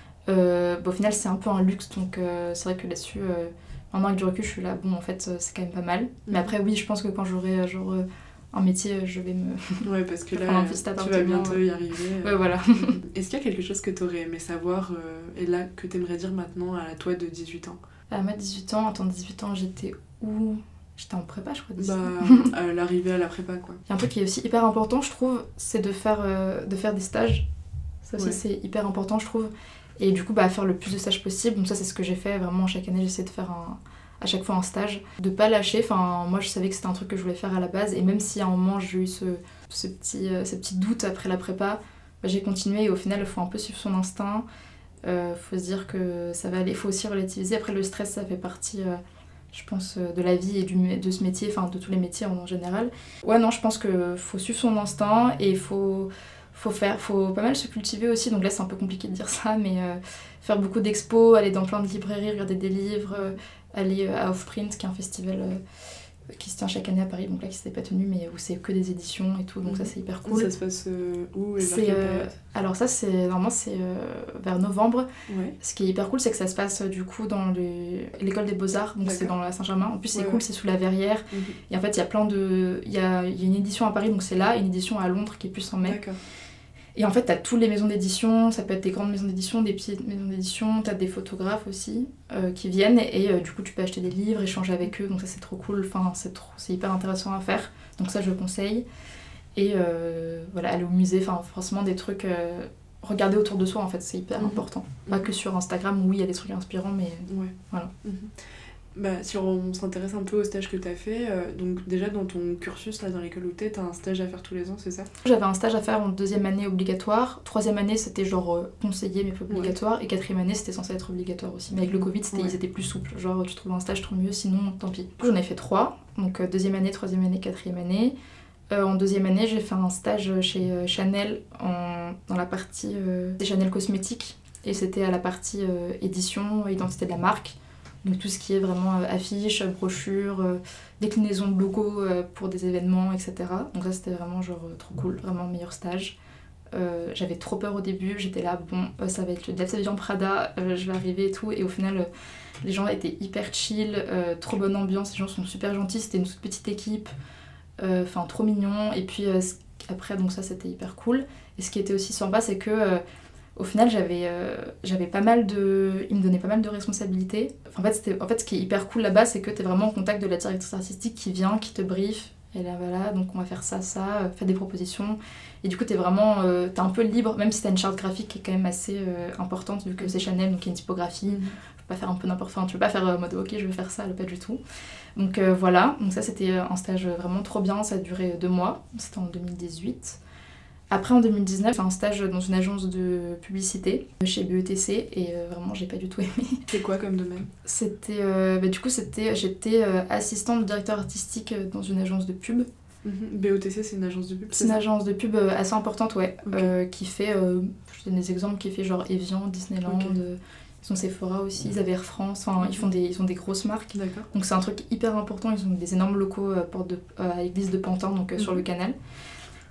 Euh, bah, au final, c'est un peu un luxe, donc euh, c'est vrai que là-dessus, euh, maintenant avec du recul, je suis là, bon, en fait, c'est quand même pas mal. Mais après, oui, je pense que quand j'aurai genre un métier, je vais me. Ouais, parce que là, tu vas bientôt y arriver. Ouais, voilà. Est-ce qu'il y a quelque chose que t'aurais aimé savoir euh, et là que t'aimerais dire maintenant à toi de dix-huit ans? À moi, dix-huit ans, attends, dix-huit ans, j'étais où? J'étais en prépa, je crois. Bah, à l'arrivée à la prépa, quoi. Il y a un truc qui est aussi hyper important, je trouve, c'est de faire, euh, de faire des stages. Ça aussi, ouais. C'est hyper important, je trouve. Et du coup, bah, faire le plus de stages possible. Donc ça, c'est ce que j'ai fait. Vraiment, chaque année, j'essaie de faire un, à chaque fois un stage. De pas lâcher. Enfin, moi, je savais que c'était un truc que je voulais faire à la base. Et même si à un moment, j'ai eu ce, ce, petit, euh, ce petit doute après la prépa, bah, j'ai continué. Et au final, il faut un peu suivre son instinct. Euh, faut se dire que ça va aller. Il faut aussi relativiser. Après, le stress, ça fait partie, euh, je pense, de la vie et du, de ce métier. Enfin, de tous les métiers en général. Ouais, non, je pense qu'il faut suivre son instinct. Et il faut... Faut faire, faut pas mal se cultiver aussi, donc là c'est un peu compliqué de dire ça, mais euh, faire beaucoup d'expos, aller dans plein de librairies, regarder des livres, euh, aller à Offprint, qui est un festival euh, qui se tient chaque année à Paris, donc là qui s'était pas tenu, mais où c'est que des éditions et tout, donc mmh. Ça c'est hyper cool. Ça se passe euh, où et vers c'est, quelle euh, période? Alors ça c'est, normalement c'est euh, vers novembre. Ouais. Ce qui est hyper cool, c'est que ça se passe du coup dans les... l'école des Beaux-Arts, donc D'accord. C'est dans la Saint-Germain. En plus c'est ouais, cool, ouais. C'est sous la Verrière, mmh. Et en fait il y a plein de... Il y a, il y a une édition à Paris, donc c'est là, une édition à Londres qui est plus en mai. D'accord. Et en fait, t'as toutes les maisons d'édition, ça peut être des grandes maisons d'édition, des petites maisons d'édition, t'as des photographes aussi euh, qui viennent et euh, du coup tu peux acheter des livres, échanger avec eux, donc ça c'est trop cool, enfin c'est, trop, c'est hyper intéressant à faire, donc ça je le conseille. Et euh, voilà, aller au musée, enfin forcément des trucs, euh, regarder autour de soi en fait, c'est hyper mmh. important. Mmh. Pas que sur Instagram où il y a des trucs inspirants, mais ouais. Voilà. Mmh. Bah, si on s'intéresse un peu au stage que tu as fait, euh, donc déjà dans ton cursus là, dans l'école où t'es, t'as un stage à faire tous les ans, c'est ça? J'avais un stage à faire en deuxième année obligatoire, troisième année c'était genre euh, conseillé mais pas obligatoire, ouais. Et quatrième année c'était censé être obligatoire aussi. Mais avec le Covid c'était, ouais. Ils étaient plus souples, genre tu trouves un stage trop mieux, sinon tant pis. J'en ai fait trois, donc euh, deuxième année, troisième année, quatrième année. Euh, en deuxième année j'ai fait un stage chez euh, Chanel en, dans la partie euh, des Chanel cosmétiques et c'était à la partie euh, édition, identité de la marque. Donc tout ce qui est vraiment euh, affiches, brochures, euh, déclinaison de logos euh, pour des événements, et cetera. Donc ça c'était vraiment genre euh, trop cool, vraiment meilleur stage. Euh, j'avais trop peur au début, j'étais là, bon, euh, ça va être le D'Alsace Prada, euh, je vais arriver et tout. Et au final, euh, les gens étaient hyper chill, euh, trop bonne ambiance, les gens sont super gentils, c'était une toute petite équipe, enfin euh, trop mignon. Et puis euh, après, donc ça c'était hyper cool. Et ce qui était aussi sympa, c'est que... Euh, Au final, j'avais, euh, j'avais pas mal de... Il me donnait pas mal de responsabilités. Enfin, en, fait, c'était... en fait, ce qui est hyper cool là-bas, c'est que t'es vraiment en contact de la directrice artistique qui vient, qui te briefe. Et là, voilà, donc on va faire ça, ça, euh, faire des propositions. Et du coup, t'es vraiment... Euh, t'es un peu libre, même si t'as une charte graphique qui est quand même assez euh, importante, vu que c'est Chanel, donc il y a une typographie. Mm-hmm. Tu peux pas faire un peu n'importe quoi. Enfin, tu peux pas faire en euh, mode, ok, je vais faire ça, là, pas du tout. Donc euh, voilà, donc ça, c'était un stage vraiment trop bien. Ça a duré deux mois. C'était en deux mille dix-huit. Après, en deux mille dix-neuf, j'ai fait un stage dans une agence de publicité chez B E T C et euh, vraiment, j'ai pas du tout aimé. C'est quoi comme domaine? C'était, euh, bah, du coup, c'était, j'étais euh, assistante directeur artistique dans une agence de pub. Mm-hmm. B E T C, c'est une agence de pub? C'est, c'est une ça agence de pub assez importante, ouais, okay. euh, qui fait, euh, je te donne des exemples, qui fait genre Evian, Disneyland, okay. euh, ils ont Sephora aussi, ils avaient Air France, enfin, mm-hmm. ils, font des, ils ont des grosses marques. D'accord. Donc c'est un truc hyper important, ils ont des énormes locaux euh, porte de, euh, à l'église de Pantin, donc euh, mm-hmm. sur le canal.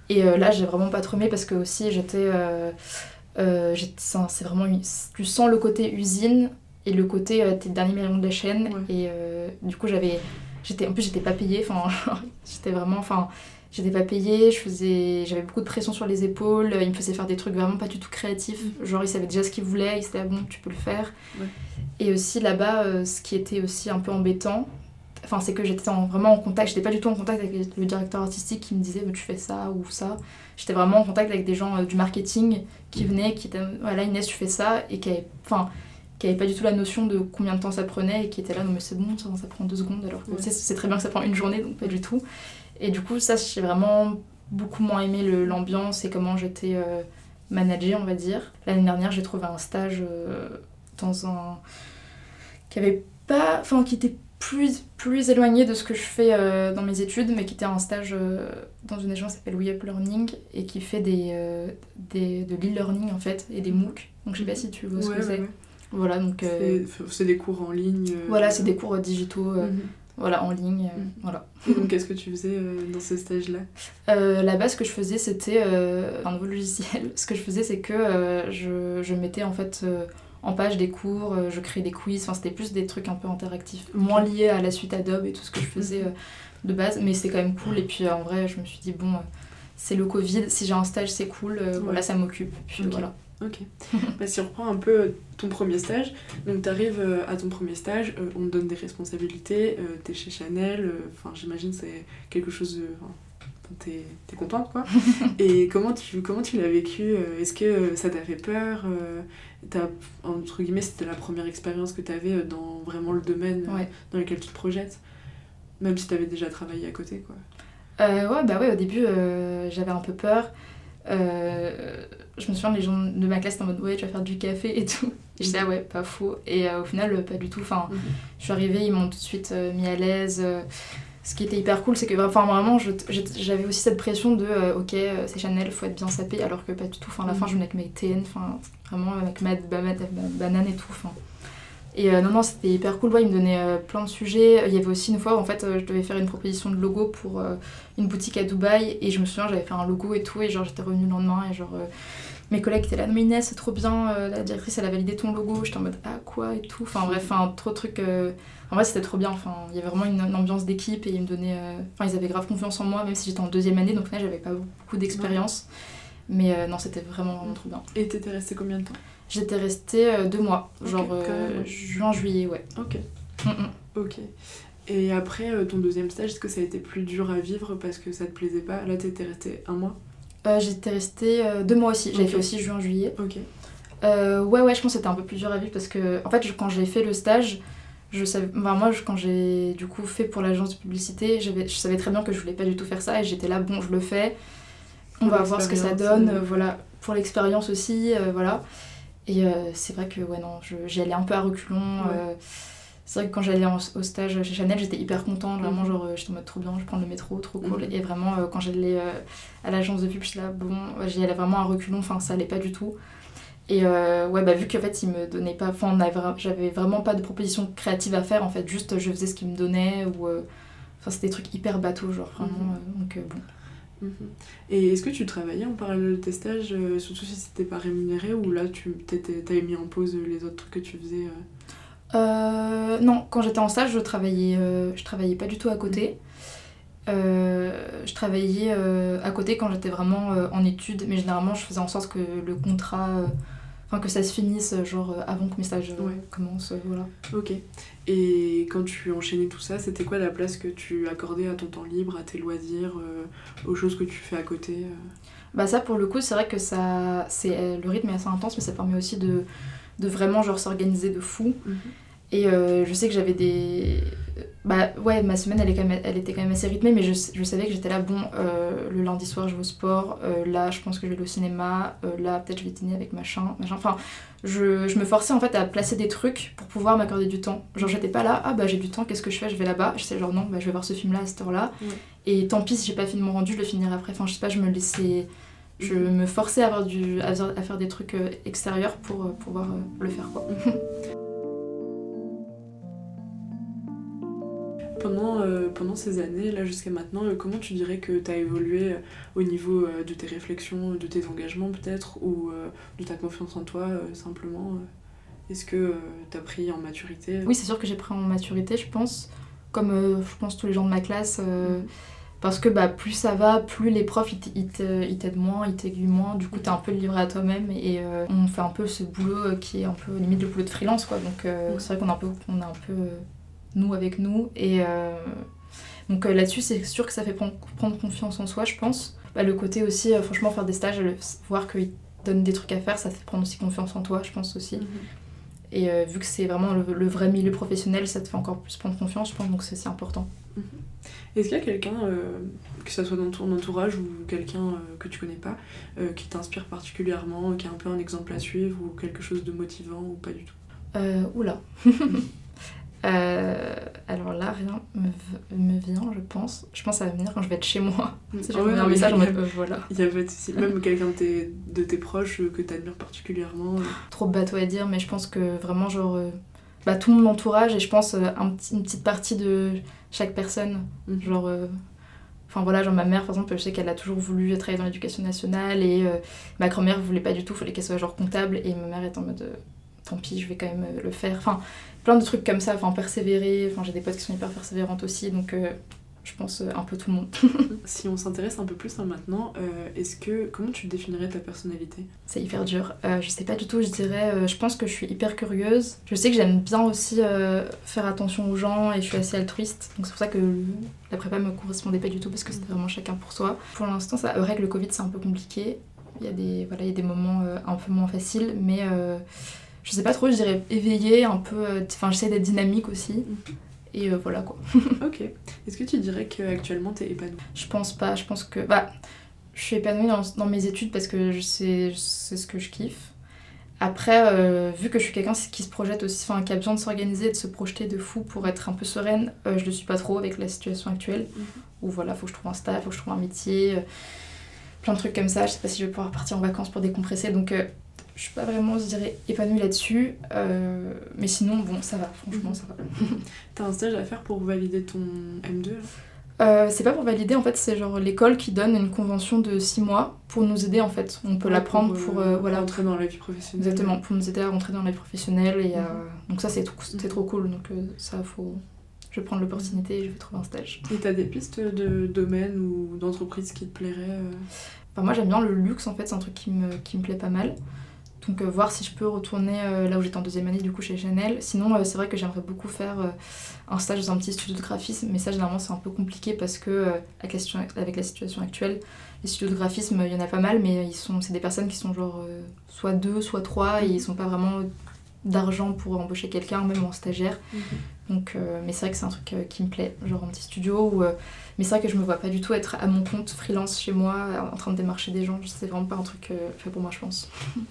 Et euh, là, j'ai vraiment pas trop aimé parce que aussi j'étais. Euh, euh, j'étais c'est vraiment. Tu sens le côté usine et le côté euh, t'es le dernier maillon de la chaîne. Ouais. Et euh, du coup, j'avais. J'étais, en plus, j'étais pas payée. Enfin, j'étais vraiment. Enfin, j'étais pas payée. Je faisais, j'avais beaucoup de pression sur les épaules. Ils me faisaient faire des trucs vraiment pas du tout créatifs. Genre, ils savaient déjà ce qu'ils voulaient. Ils étaient ah bon, tu peux le faire. Ouais. Et aussi là-bas, euh, ce qui était aussi un peu embêtant. Enfin, c'est que j'étais en, vraiment en contact, j'étais pas du tout en contact avec le directeur artistique qui me disait bah, tu fais ça ou ça. J'étais vraiment en contact avec des gens euh, du marketing qui venaient, qui étaient voilà Inès tu fais ça et qui avaient, enfin, qui avaient pas du tout la notion de combien de temps ça prenait et qui étaient là non mais c'est bon ça, ça prend deux secondes alors que ouais. tu sais, c'est très bien que ça prend une journée donc pas du tout. Et du coup ça j'ai vraiment beaucoup moins aimé le, l'ambiance et comment j'étais euh, managée on va dire. L'année dernière j'ai trouvé un stage euh, dans un... qui avait pas... enfin qui était plus, plus éloigné de ce que je fais euh, dans mes études, mais qui était un stage euh, dans une agence qui s'appelle We Up Learning et qui fait des, euh, des, de l'e-learning en fait, et des MOOC. Donc je sais pas si tu vois ce ouais, que ouais, c'est. Ouais. Voilà, donc... Euh, c'est, c'est des cours en ligne euh... Voilà, c'est des cours euh, digitaux, euh, mm-hmm. voilà, en ligne, euh, mm. voilà. Et donc qu'est-ce que tu faisais euh, dans ce stage-là euh, Là-bas, ce que je faisais, c'était euh, un nouveau logiciel. Ce que je faisais, c'est que euh, je, je mettais en fait... Euh, en page des cours, euh, je créais des quiz, enfin c'était plus des trucs un peu interactifs, moins liés à la suite Adobe et tout ce que je faisais euh, de base, mais c'était quand même cool. Et puis euh, en vrai, je me suis dit, bon, euh, c'est le Covid, si j'ai un stage, c'est cool, euh, ouais. voilà, ça m'occupe. Puis okay. voilà. Ok. Bah, si on reprend un peu ton premier stage, donc t'arrives euh, à ton premier stage, euh, on te donne des responsabilités, euh, t'es chez Chanel, enfin euh, j'imagine c'est quelque chose de... T'es, t'es contente quoi. Et comment tu, comment tu l'as vécu? Est-ce que ça t'a fait peur? T'as, entre guillemets, c'était la première expérience que t'avais dans vraiment le domaine ouais. dans lequel tu te projettes? Même si t'avais déjà travaillé à côté quoi. Euh, ouais, bah ouais, au début euh, j'avais un peu peur. Euh, je me souviens, les gens de ma classe étaient en mode ouais, tu vas faire du café et tout. Et je disais ah ouais, pas faux. Et euh, au final, pas du tout. Enfin, mm-hmm. je suis arrivée, ils m'ont tout de suite euh, mis à l'aise. Euh, Ce qui était hyper cool, c'est que enfin, vraiment, je, j'avais aussi cette pression de euh, ok, c'est Chanel, faut être bien sapé, alors que pas du tout. Enfin, à la mmh. fin, je venais avec mes T N, enfin, vraiment avec ma banane et tout. Fin. Et euh, non, non, c'était hyper cool. Ouais, ils me donnaient euh, plein de sujets. Il y avait aussi une fois où en fait, euh, je devais faire une proposition de logo pour euh, une boutique à Dubaï. Et je me souviens, j'avais fait un logo et tout. Et genre, j'étais revenue le lendemain et genre. Euh, mes collègues étaient là, non mais Inès, c'est trop bien, euh, la directrice elle a validé ton logo, j'étais en mode ah quoi et tout, enfin bref, enfin, trop de trucs, euh... en vrai c'était trop bien, enfin, il y avait vraiment une, une ambiance d'équipe et ils me donnaient, euh... enfin ils avaient grave confiance en moi, même si j'étais en deuxième année, donc là j'avais pas beaucoup d'expérience, mais euh, non c'était vraiment, vraiment trop bien. Et t'étais restée combien de temps? J'étais restée euh, deux mois, okay, genre euh, même. juin, juillet, ouais. Ok. Mm-mm. Ok. Et après euh, ton deuxième stage, est-ce que ça a été plus dur à vivre parce que ça te plaisait pas? Là t'étais restée un mois? Euh, j'étais restée euh, deux mois aussi, j'avais okay. fait aussi juin-juillet. Ok. Euh, ouais, ouais, je pense que c'était un peu plus dur à vivre parce que, en fait, je, quand j'ai fait le stage, je savais, enfin, moi, je, quand j'ai du coup fait pour l'agence de publicité, j'avais, je savais très bien que je voulais pas du tout faire ça et j'étais là, bon, je le fais, on pour va voir ce que ça donne, euh... voilà, pour l'expérience aussi, euh, voilà. Et euh, c'est vrai que, ouais, non, je, j'y allais un peu à reculons. Ouais. Euh, c'est vrai que quand j'allais en, au stage chez Chanel, j'étais hyper contente, vraiment, mmh. genre, j'étais en mode trop bien, je prends le métro, trop cool. Mmh. Et vraiment, euh, quand j'allais euh, à l'agence de pub, j'étais là, bon, ouais, j'y allais vraiment à reculons, enfin, ça allait pas du tout. Et euh, ouais, bah, vu qu'en fait, ils me donnaient pas, enfin, on avait, j'avais vraiment pas de proposition créative à faire, en fait, juste je faisais ce qu'ils me donnaient, ou. Euh, enfin, c'était des trucs hyper bateaux, genre, vraiment, mmh. euh, donc euh, bon. Mmh. Et est-ce que tu travaillais en parallèle de tes stages, euh, surtout si c'était pas rémunéré, ou là, tu t'avais mis en pause les autres trucs que tu faisais euh... Euh, non, quand j'étais en stage, je travaillais, euh, je travaillais pas du tout à côté. Euh, je travaillais euh, à côté quand j'étais vraiment euh, en études, mais généralement je faisais en sorte que le contrat, enfin euh, que ça se finisse genre avant que mes stages euh, ouais. commencent, euh, voilà. Ok. Et quand tu enchaînais tout ça, c'était quoi la place que tu accordais à ton temps libre, à tes loisirs, euh, aux choses que tu fais à côté euh... Bah ça pour le coup, c'est vrai que ça, c'est le rythme est assez intense, mais ça permet aussi de de vraiment genre s'organiser de fou. Mmh. Et euh, je sais que j'avais des... Bah ouais, ma semaine elle, est quand même, elle était quand même assez rythmée, mais je, je savais que j'étais là, bon, euh, le lundi soir je vais au sport, euh, là je pense que je vais aller au cinéma, euh, là peut-être je vais dîner avec machin, machin. Enfin, je, je me forçais en fait à placer des trucs pour pouvoir m'accorder du temps. Genre j'étais pas là, ah bah j'ai du temps, qu'est-ce que je fais, je vais là-bas. Je sais genre non, bah je vais voir ce film-là à cette heure-là. Mmh. Et tant pis si j'ai pas fini mon rendu, je le finirai après. Enfin je sais pas, je me laissais... Je me forçais à, avoir du, à faire des trucs extérieurs pour pouvoir le faire, quoi. pendant, euh, pendant ces années, là jusqu'à maintenant, euh, comment tu dirais que tu as évolué euh, au niveau euh, de tes réflexions, de tes engagements peut-être, ou euh, de ta confiance en toi, euh, simplement euh, Est-ce que euh, tu as pris en maturité? Oui, c'est sûr que j'ai pris en maturité, je pense, comme euh, je pense tous les gens de ma classe, euh, mmh. parce que bah, plus ça va, plus les profs ils t'aident moins, ils t'aiguillent moins, du coup t'es un peu livré à toi-même, et euh, on fait un peu ce boulot qui est un peu limite le boulot de freelance, quoi, donc euh, mmh. c'est vrai qu'on est un peu, on est un peu euh, nous avec nous, et euh, donc euh, là-dessus c'est sûr que ça fait prendre, prendre confiance en soi, je pense. Bah, le côté aussi, euh, franchement, faire des stages, le, voir qu'ils te donnent des trucs à faire, ça fait prendre aussi confiance en toi, je pense aussi. Mmh. Et euh, vu que c'est vraiment le, le vrai milieu professionnel, ça te fait encore plus prendre confiance, je pense, donc c'est, c'est important. Mmh. Est-ce qu'il y a quelqu'un, euh, que ce soit dans ton entourage ou quelqu'un euh, que tu connais pas, euh, qui t'inspire particulièrement, qui est un peu un exemple à suivre, ou quelque chose de motivant, ou pas du tout? euh, Oula Euh, alors là, rien me, me vient, je pense. Je pense que ça va venir quand je vais être chez moi. Mmh. Si j'ai oh, un message en mode euh, voilà. Il y a pas de souci. Même quelqu'un de tes, de tes proches que t'admires particulièrement. Trop bateau à dire, mais je pense que vraiment, genre, euh, bah, tout mon entourage, et je pense euh, un petit, une petite partie de chaque personne. Mmh. Genre, euh, enfin voilà, genre ma mère, par exemple, je sais qu'elle a toujours voulu travailler dans l'éducation nationale, et euh, ma grand-mère voulait pas du tout, il fallait qu'elle soit genre comptable, et ma mère est en mode euh, tant pis, je vais quand même euh, le faire. Enfin, plein de trucs comme ça, enfin persévérer, enfin j'ai des potes qui sont hyper persévérantes aussi, donc euh, je pense euh, un peu tout le monde. Si on s'intéresse un peu plus à maintenant, euh, est-ce que comment tu définirais ta personnalité? C'est hyper dur, euh, je sais pas du tout, je dirais, euh, je pense que je suis hyper curieuse, je sais que j'aime bien aussi euh, faire attention aux gens et je suis assez altruiste, donc c'est pour ça que la prépa me correspondait pas du tout parce que c'était vraiment chacun pour soi. Pour l'instant, ça, avec le Covid c'est un peu compliqué, il y a des, voilà, il y a des moments euh, un peu moins faciles, mais euh, je sais pas trop, je dirais éveillée, un peu. Enfin, euh, j'essaie d'être dynamique aussi. Mm-hmm. Et euh, voilà quoi. Ok. Est-ce que tu dirais qu'actuellement t'es épanouie? Je pense pas. Je pense que. Bah, je suis épanouie dans, dans mes études parce que je sais, c'est ce que je kiffe. Après, euh, vu que je suis quelqu'un qui se projette aussi, enfin, qui a besoin de s'organiser, de se projeter de fou pour être un peu sereine, euh, je le suis pas trop avec la situation actuelle. Mm-hmm. Où voilà, faut que je trouve un stage, faut que je trouve un métier, euh, plein de trucs comme ça. Je sais pas si je vais pouvoir partir en vacances pour décompresser. Donc. Euh, Je suis pas vraiment, je dirais, épanouie là-dessus, euh, mais sinon, bon, ça va, franchement, ça va. T'as un stage à faire pour valider ton M deux là? euh, C'est pas pour valider, en fait, c'est genre l'école qui donne une convention de six mois pour nous aider, en fait. On peut ouais, la prendre pour... pour euh, voilà, rentrer dans la vie professionnelle. Exactement, pour nous aider à rentrer dans la vie professionnelle, et, euh, mm-hmm. donc ça, c'est, c'est trop cool, donc euh, ça, faut... Je vais prendre l'opportunité et je vais trouver un stage. Et t'as des pistes de domaine ou d'entreprise qui te plairaient euh... Enfin, moi, j'aime bien le luxe, en fait, c'est un truc qui me, qui me plaît pas mal. Donc euh, voir si je peux retourner euh, là où j'étais en deuxième année du coup chez Chanel. Sinon euh, c'est vrai que j'aimerais beaucoup faire euh, un stage dans un petit studio de graphisme, mais ça généralement c'est un peu compliqué parce que euh, avec, la situation, avec la situation actuelle, les studios de graphisme il y en a pas mal, mais ils sont, c'est des personnes qui sont genre euh, soit deux, soit trois, et ils sont pas vraiment d'argent pour embaucher quelqu'un, même en stagiaire. Mm-hmm. Donc, euh, mais c'est vrai que c'est un truc euh, qui me plaît, genre un petit studio où, euh, mais c'est vrai que je me vois pas du tout être à mon compte freelance chez moi en train de démarcher des gens, c'est vraiment pas un truc euh, fait pour moi je pense.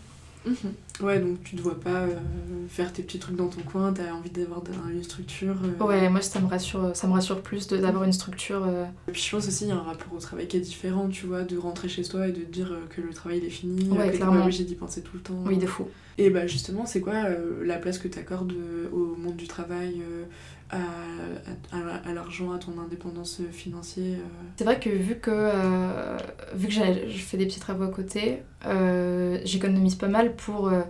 Mmh. Ouais, donc tu te vois pas euh, faire tes petits trucs dans ton coin, t'as envie d'avoir une structure. Euh... Ouais, moi ça me rassure, ça me rassure plus de, d'avoir une structure. Euh... Et puis je pense aussi il y a un rapport au travail qui est différent, tu vois, de rentrer chez toi et de te dire que le travail il est fini, ouais, que t'es pas obligé d'y penser tout le temps. Oui, de fou. Et bah justement, c'est quoi euh, la place que t'accordes euh, au monde du travail, euh, à, à, à l'argent, à ton indépendance financière euh... C'est vrai que vu que, euh, vu que j'ai, je fais des petits travaux à côté, euh, j'économise pas mal pour, euh,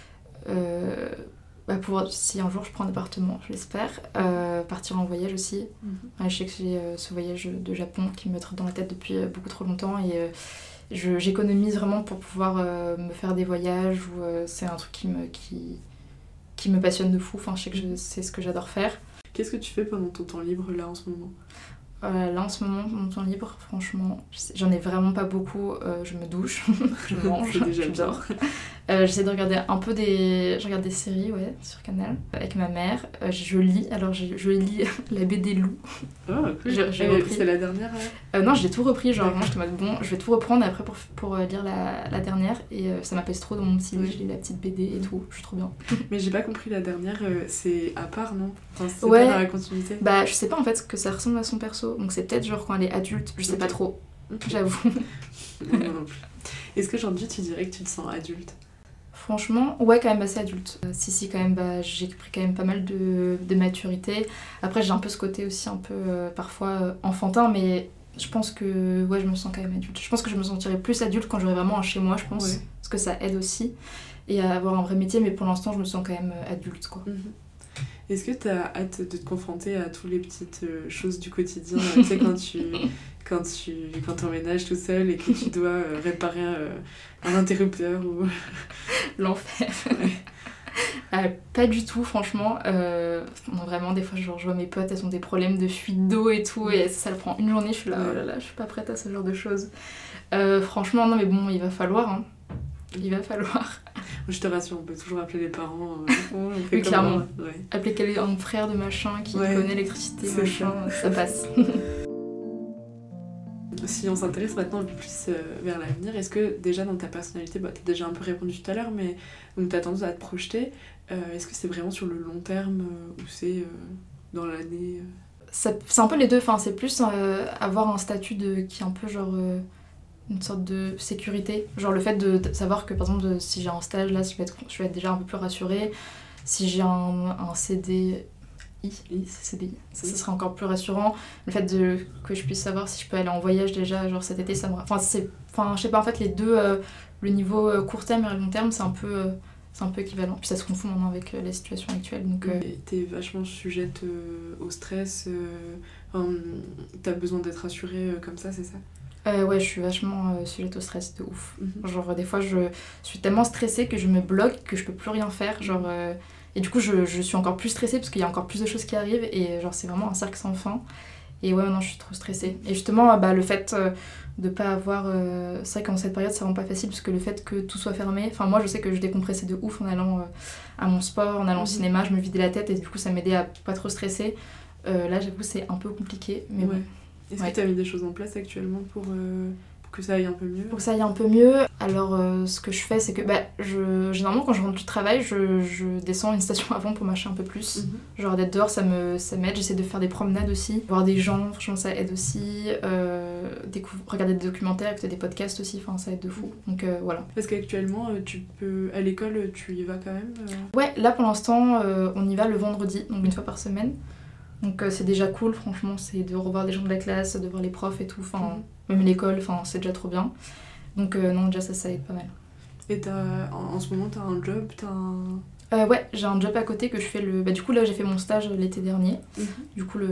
euh, bah pour, si un jour je prends un appartement, je l'espère, euh, partir en voyage aussi. Mm-hmm. Ouais, je sais que j'ai euh, ce voyage de Japon qui me trotte dans la tête depuis euh, beaucoup trop longtemps, et euh, je, j'économise vraiment pour pouvoir euh, me faire des voyages, où euh, c'est un truc qui me, qui, qui me passionne de fou, enfin je sais que je, c'est ce que j'adore faire. Qu'est-ce que tu fais pendant ton temps libre là en ce moment ? Euh, là en ce moment, mon temps libre, franchement, j'en ai vraiment pas beaucoup. Euh, je me douche, je mange, déjà je dors. Euh, j'essaie de regarder un peu des... Je regarde des séries, ouais, sur Canal, avec ma mère. Euh, je lis, alors je, je lis la B D Lou. Oh, cool. Je, j'ai repris. C'est la dernière ouais. euh, Non, j'ai tout repris, genre vraiment, j'étais en mode bon, je vais tout reprendre après pour, pour lire la, la dernière. Et euh, ça m'appelle trop dans mon petit lit, oui. Je lis la petite B D et tout, je suis trop bien. Mais j'ai pas compris la dernière, euh, c'est à part, non enfin, c'est ouais, pas dans la continuité. Bah, je sais pas en fait que ça ressemble à son perso, donc c'est peut-être genre quand elle est adulte, je sais okay. pas trop, okay. J'avoue. Non, non plus. Est-ce qu'aujourd'hui tu dirais que tu te sens adulte ? Franchement, ouais, quand même assez adulte. Euh, si, si, quand même, bah, j'ai pris quand même pas mal de, de maturité. Après, j'ai un peu ce côté aussi un peu, euh, parfois, euh, enfantin, mais je pense que, ouais, je me sens quand même adulte. Je pense que je me sentirai plus adulte quand j'aurai vraiment un chez moi, je pense, ouais. Parce que ça aide aussi, et à avoir un vrai métier, mais pour l'instant, je me sens quand même adulte, quoi. Mm-hmm. Est-ce que t'as hâte de te confronter à toutes les petites euh, choses du quotidien, tu sais, quand tu... quand tu quand t'emménages tout seul et que tu dois euh, réparer euh, un interrupteur ou... L'enfer. Ouais. Euh, pas du tout, franchement. Euh, non, vraiment, des fois, genre, je vois mes potes, elles ont des problèmes de fuite d'eau et tout, et ça, ça prend une journée, je suis là, oh là là, je suis pas prête à ce genre de choses. Euh, franchement, non, mais bon, il va falloir, hein. Il va falloir. Je te rassure, on peut toujours appeler les parents. Euh, on fait oui, clairement. Ouais. Appeler quelqu'un, un frère de machin qui ouais. connaît l'électricité, c'est machin, ça, ça passe. Si on s'intéresse maintenant un peu plus euh, vers l'avenir, est-ce que déjà dans ta personnalité, bah, t'as déjà un peu répondu tout à l'heure, mais donc t'as tendance à te projeter, euh, est-ce que c'est vraiment sur le long terme euh, ou c'est euh, dans l'année euh... ça, c'est un peu les deux, enfin, c'est plus euh, avoir un statut de, qui est un peu genre euh, une sorte de sécurité, genre le fait de, de savoir que par exemple de, si j'ai un stage là, je vais, être, je vais être déjà un peu plus rassurée, si j'ai un, un C D I, C D I, ça, ça serait encore plus rassurant. Le fait de, que je puisse savoir si je peux aller en voyage déjà, genre cet été, ça me... Enfin, c'est, enfin je sais pas, en fait, les deux, euh, le niveau euh, court terme et le long terme, c'est un peu, euh, c'est un peu équivalent. Puis ça se confond maintenant avec euh, la situation actuelle, donc... Euh... T'es vachement sujette euh, au stress, euh, enfin, t'as besoin d'être rassurée euh, comme ça, c'est ça ? Euh, ouais, je suis vachement euh, sujette au stress de ouf. Mm-hmm. Genre, des fois, je suis tellement stressée que je me bloque, que je peux plus rien faire, genre... Euh... Et du coup, je, je suis encore plus stressée parce qu'il y a encore plus de choses qui arrivent et genre, c'est vraiment un cercle sans fin. Et ouais, non, je suis trop stressée. Et justement, bah, le fait euh, de pas avoir... Euh... C'est vrai qu'en cette période, c'est vraiment pas facile parce que le fait que tout soit fermé... Enfin, moi, je sais que je décompressais de ouf en allant euh, à mon sport, en allant mmh. au cinéma, je me vidais la tête et du coup, ça m'aidait à pas trop stresser. Euh, là, j'avoue, c'est un peu compliqué, mais ouais. bon. Est-ce ouais. que tu as mis des choses en place actuellement pour... Euh... que ça aille un peu mieux. Pour que ça aille un peu mieux, alors euh, ce que je fais, c'est que bah, je, généralement quand je rentre du travail, je, je descends une station avant pour marcher un peu plus. Mm-hmm. Genre d'être dehors, ça, me, ça m'aide. J'essaie de faire des promenades aussi, voir des gens, franchement ça aide aussi. Euh, découvre, regarder des documentaires, écouter des podcasts aussi, enfin ça aide de fou. Donc euh, voilà. Parce qu'actuellement, tu peux à l'école, tu y vas quand même euh... Ouais, là pour l'instant, euh, on y va le vendredi, donc une fois par semaine. Donc euh, c'est déjà cool, franchement, c'est de revoir des gens de la classe, de voir les profs et tout, enfin... Mm-hmm. Même l'école, enfin c'est déjà trop bien. Donc euh, non, déjà ça, ça aide pas mal. Et t'as, en, en ce moment, t'as un job, t'as un... Euh, ouais, j'ai un job à côté que je fais le... Bah du coup là j'ai fait mon stage l'été dernier. Mm-hmm. Du coup le...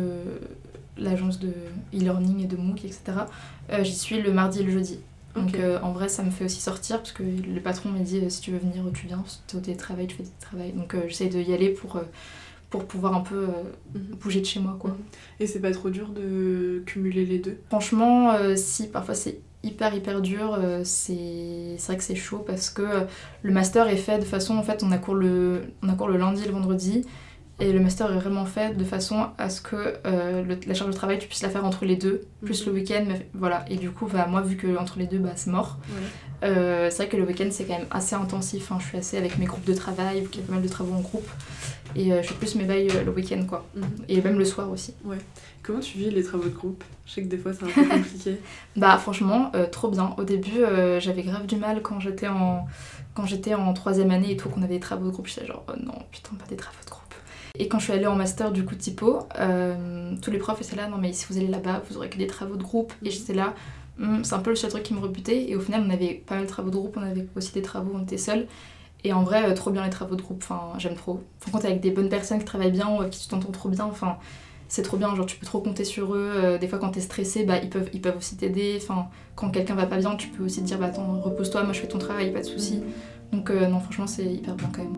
l'agence de e-learning et de MOOC, et cetera. Euh, j'y suis le mardi et le jeudi. Donc okay. euh, en vrai ça me fait aussi sortir parce que le patron m'a dit si tu veux venir tu viens, si t'es au télétravail tu fais du télétravail. Donc euh, j'essaie d'y aller pour... Euh, pour pouvoir un peu euh, bouger de chez moi, quoi. Et c'est pas trop dur de cumuler les deux ? Franchement, euh, si, parfois c'est hyper hyper dur, euh, c'est... c'est vrai que c'est chaud parce que euh, le master est fait de façon, en fait, on a cours le, on a cours le lundi et le vendredi, et le master est vraiment fait de façon à ce que euh, le, la charge de travail, tu puisses la faire entre les deux, plus mm-hmm. le week-end, mais, voilà. Et du coup, bah, moi, vu qu'entre les deux, bah, c'est mort. Ouais. Euh, c'est vrai que le week-end, c'est quand même assez intensif, hein. Je suis assez avec mes groupes de travail, vu qu'il y a pas mal de travaux en groupe. Et euh, je fais plus mes bails euh, le week-end, quoi. Mm-hmm. Et même le soir aussi. Ouais. Comment tu vis les travaux de groupe ? Je sais que des fois, c'est un peu compliqué. Bah, franchement, euh, trop bien. Au début, euh, j'avais grave du mal quand j'étais en... quand j'étais en troisième année et tout, qu'on avait des travaux de groupe. J'étais genre, oh non, putain, pas des travaux de groupe. Et quand je suis allée en master du coup typo, euh, tous les profs étaient là, non mais si vous allez là-bas, vous aurez que des travaux de groupe. Et j'étais là, hm, c'est un peu le seul truc qui me rebutait. Et au final, on avait pas mal de travaux de groupe, on avait aussi des travaux, on était seuls. Et en vrai, euh, trop bien les travaux de groupe, enfin, j'aime trop. Enfin, quand t'es avec des bonnes personnes qui travaillent bien, ou avec qui tu t'entends trop bien, enfin, c'est trop bien, genre tu peux trop compter sur eux. Euh, des fois, quand t'es stressé, bah, ils peuvent, ils peuvent aussi t'aider. Enfin, quand quelqu'un va pas bien, tu peux aussi te dire, bah attends, repose-toi, moi je fais ton travail, pas de soucis. Donc euh, non, franchement, c'est hyper bien quand même.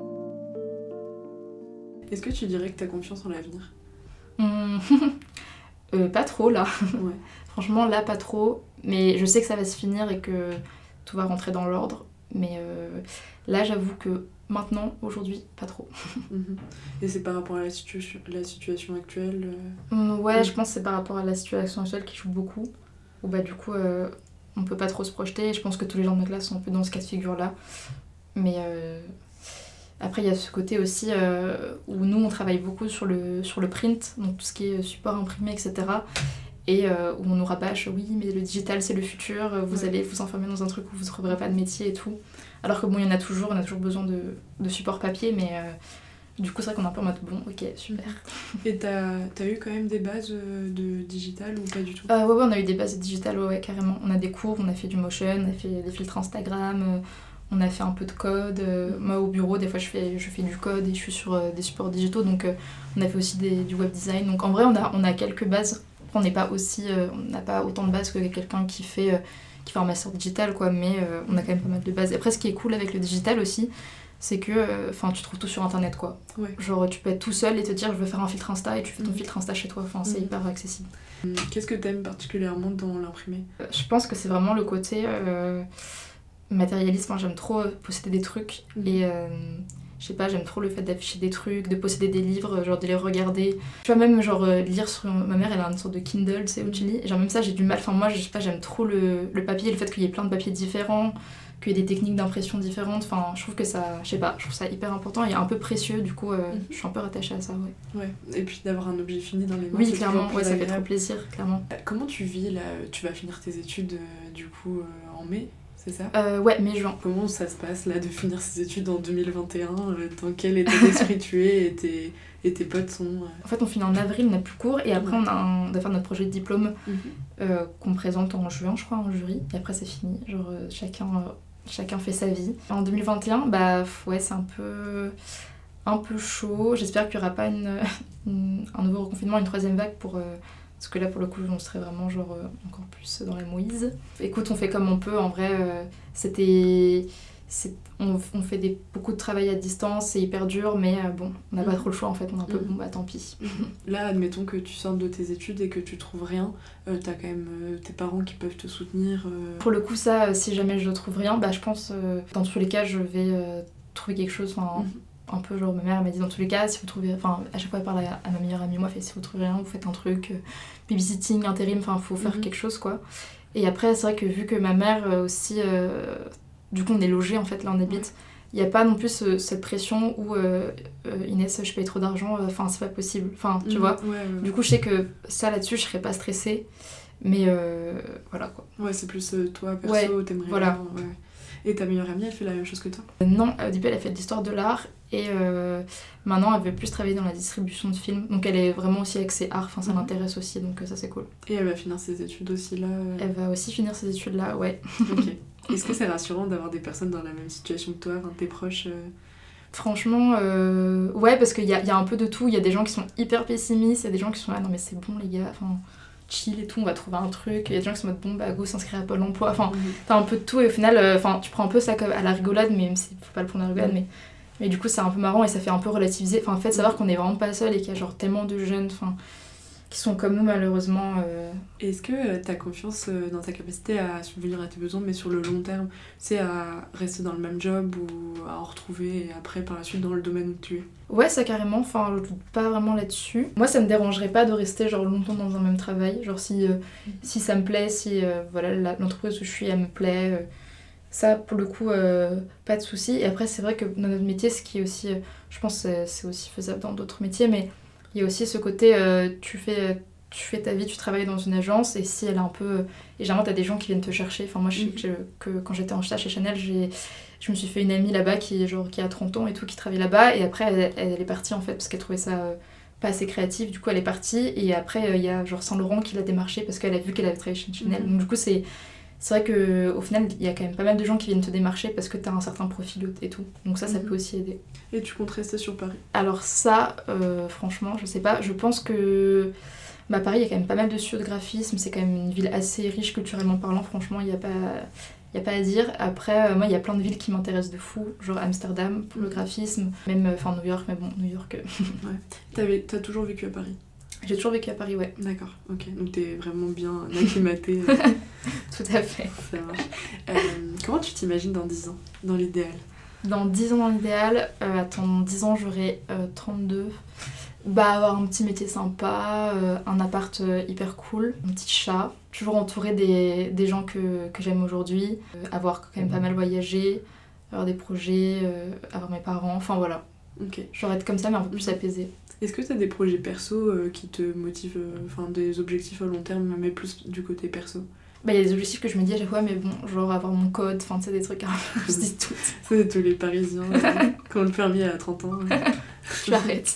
Est-ce que tu dirais que t'as confiance en l'avenir ? mmh, euh, Pas trop, là. Ouais. Franchement, là, pas trop. Mais je sais que ça va se finir et que tout va rentrer dans l'ordre. Mais euh, là, j'avoue que maintenant, aujourd'hui, pas trop. Et c'est par rapport à la situation, la situation actuelle euh... mmh, Ouais, mmh. Je pense que c'est par rapport à la situation actuelle qui joue beaucoup. Où bah, du coup, euh, on peut pas trop se projeter. Et je pense que tous les gens de ma classe sont un peu dans ce cas de figure-là. Mais... Euh... Après, il y a ce côté aussi euh, où nous, on travaille beaucoup sur le, sur le print, donc tout ce qui est support imprimé, et cetera. et euh, où on nous rabâche oui mais le digital c'est le futur, vous ouais. allez vous enfermer dans un truc où vous ne trouverez pas de métier et tout. Alors que bon, il y en a toujours, on a toujours besoin de, de support papier, mais euh, du coup c'est vrai qu'on est un peu en mode bon, ok, super. Et t'as, t'as eu quand même des bases de digital ou pas du tout? euh, Ouais, ouais, on a eu des bases de digital, ouais, ouais, carrément. On a des cours, on a fait du motion, on a fait des filtres Instagram, euh, on a fait un peu de code. Euh, moi au bureau, des fois je fais, je fais du code et je suis sur euh, des supports digitaux, donc euh, on a fait aussi des, du web design. Donc en vrai, on a, on a quelques bases. On n'est pas aussi, euh, on n'a pas autant de bases que quelqu'un qui fait, euh, qui fait un master digital, quoi, mais euh, on a quand même pas mal de bases. Et après, ce qui est cool avec le digital aussi, c'est que enfin, tu trouves tout sur internet, quoi. Ouais. Genre, tu peux être tout seul et te dire je veux faire un filtre Insta et tu fais ton mmh. filtre Insta chez toi. Enfin, c'est mmh. hyper accessible. Qu'est-ce que t'aimes particulièrement dans l'imprimé? euh, Je pense que c'est vraiment le côté euh, matérialiste. Enfin, j'aime trop posséder des trucs mmh. et. Euh, Je sais pas, j'aime trop le fait d'afficher des trucs, de posséder des livres, genre de les regarder. Tu vois, même genre euh, lire sur... Ma mère, elle a une sorte de Kindle, tu sais, où tu lis. Et genre même ça, j'ai du mal. Enfin, moi, je sais pas, j'aime trop le, le papier, le fait qu'il y ait plein de papiers différents, qu'il y ait des techniques d'impression différentes. Enfin, je trouve que ça... Je sais pas, je trouve ça hyper important et un peu précieux. Du coup, euh, mm-hmm. je suis un peu rattachée à ça, ouais. Ouais, et puis d'avoir un objet fini dans les mains. Oui, clairement, ouais, ça fait trop plaisir, clairement. Comment tu vis, là? Tu vas finir tes études, euh, du coup, euh, en mai? C'est ça? euh, Ouais, mai-juin. Comment ça se passe là de finir ses études en deux mille vingt et un? Dans quel état d'esprit tu es et tes, et tes potes sont... En fait, on finit en avril, on a plus cours, et après, ouais. on, a un, on doit faire notre projet de diplôme mm-hmm. euh, qu'on présente en juin, je crois, en jury. Et après, c'est fini. Genre, euh, chacun, euh, chacun fait sa vie. En deux mille vingt et un, bah ouais, c'est un peu, un peu chaud. J'espère qu'il n'y aura pas une, une, un nouveau reconfinement, une troisième vague pour... Euh, Parce que là, pour le coup, on serait vraiment genre euh, encore plus dans la mouise. Écoute, on fait comme on peut. En vrai, euh, c'était... C'est... On, on fait des... beaucoup de travail à distance, c'est hyper dur, mais euh, bon, on n'a mmh. pas trop le choix en fait. On est un peu mmh. bon, bah tant pis. Mmh. Là, admettons que tu sortes de tes études et que tu trouves rien, euh, t'as quand même euh, tes parents qui peuvent te soutenir. Euh... Pour le coup, ça, euh, si jamais je trouve rien, bah je pense, euh, dans tous les cas, je vais euh, trouver quelque chose. Enfin, mmh. un peu genre ma mère m'a dit dans tous les cas si vous trouvez, enfin à chaque fois elle parle à, à ma meilleure amie, moi fait si vous trouvez rien vous faites un truc, euh, babysitting, intérim, enfin faut faire mm-hmm. quelque chose quoi. Et après c'est vrai que vu que ma mère euh, aussi euh, du coup on est logé en fait là on habite, il ouais. y a pas non plus ce, cette pression où euh, euh, Inès je paye trop d'argent, enfin euh, c'est pas possible, enfin tu mm-hmm. vois. Ouais, ouais, du coup je sais que ça là-dessus je serais pas stressée, mais euh, voilà quoi. Ouais c'est plus euh, toi perso ouais, t'aimerais voilà. Bien, ouais. Et ta meilleure amie, elle fait la même chose que toi? euh, Non, au début elle a fait de l'histoire de l'art et euh, maintenant elle veut plus travailler dans la distribution de films. Donc elle est vraiment aussi avec ses arts, enfin ça mmh. l'intéresse aussi, donc euh, ça c'est cool. Et elle va finir ses études aussi là euh... Elle va aussi finir ses études là, ouais. Ok. Est-ce que c'est rassurant d'avoir des personnes dans la même situation que toi, enfin, tes proches euh... Franchement, euh... ouais, parce qu'il y a, y a un peu de tout. Il y a des gens qui sont hyper pessimistes, il y a des gens qui sont là, non mais c'est bon les gars, enfin... chill et tout, on va trouver un truc. Il y a des gens qui sont en mode bon bah go s'inscrire à Pôle emploi, enfin mm-hmm. t'as un peu de tout et au final enfin euh, tu prends un peu ça comme à la rigolade, mais même si faut pas le prendre à la rigolade, mm-hmm. mais mais du coup c'est un peu marrant et ça fait un peu relativiser, enfin en fait savoir qu'on est vraiment pas seul et qu'il y a genre tellement de jeunes enfin qui sont comme nous malheureusement. Euh... Est-ce que euh, t'as confiance euh, dans ta capacité à subvenir à tes besoins mais sur le long terme, c'est à rester dans le même job ou à en retrouver et après par la suite dans le domaine où tu es? Ouais, ça carrément, enfin je doute pas vraiment là-dessus. Moi ça me dérangerait pas de rester genre longtemps dans un même travail, genre si, euh, mmh. si ça me plaît, si euh, voilà, la, l'entreprise où je suis elle me plaît, euh, ça pour le coup euh, pas de soucis. Et après c'est vrai que dans notre métier, ce qui est aussi, euh, je pense c'est, c'est aussi faisable dans d'autres métiers, mais il y a aussi ce côté, euh, tu fais... tu fais ta vie, tu travailles dans une agence et si elle est un peu... Et généralement t'as des gens qui viennent te chercher, enfin moi je sais mmh. que, que quand j'étais en stage chez Chanel, j'ai... je me suis fait une amie là-bas qui, genre, qui a trente ans et tout, qui travaille là-bas et après elle, elle est partie en fait parce qu'elle trouvait ça euh, pas assez créatif, du coup elle est partie et après il euh, y a genre Saint-Laurent qui l'a démarché parce qu'elle a vu qu'elle avait travaillé chez Chanel, mmh. donc du coup c'est... C'est vrai qu'au final, il y a quand même pas mal de gens qui viennent te démarcher parce que t'as un certain profil et tout. Donc ça, ça mmh. peut aussi aider. Et tu comptes rester sur Paris? Alors ça, euh, franchement, je sais pas. Je pense que... Bah Paris, il y a quand même pas mal de studios de graphisme. C'est quand même une ville assez riche culturellement parlant. Franchement, il n'y a pas... Il n'y a pas à dire. Après, euh, moi, il y a plein de villes qui m'intéressent de fou. Genre Amsterdam pour le graphisme. Même, enfin, New York, mais bon, New York... ouais. T'avais, t'as toujours vécu à Paris? J'ai toujours vécu à Paris, ouais. D'accord, ok. Donc t'es vraiment bien acclimatée. Tout à fait. Ça marche. Euh, comment tu t'imagines dans dix ans, dans l'idéal? Dans dix ans, dans l'idéal, euh, attends, dans dix ans, j'aurai euh, trente-deux. Bah, avoir un petit métier sympa, euh, un appart euh, hyper cool, un petit chat, toujours entouré des, des gens que, que j'aime aujourd'hui, euh, avoir quand même pas mal voyagé, avoir des projets, euh, avoir mes parents, enfin voilà. Ok. Genre être comme ça, mais un peu plus apaisée. Est-ce que tu as des projets perso euh, qui te motivent, enfin euh, des objectifs à long terme, mais plus du côté perso? Bah, il y a des objectifs que je me dis à chaque fois, mais bon, genre avoir mon code, enfin, tu sais, des trucs, hein, je dis tout. C'est tous les Parisiens, euh, qui ont le permis à trente ans. Ouais. Tu arrêtes.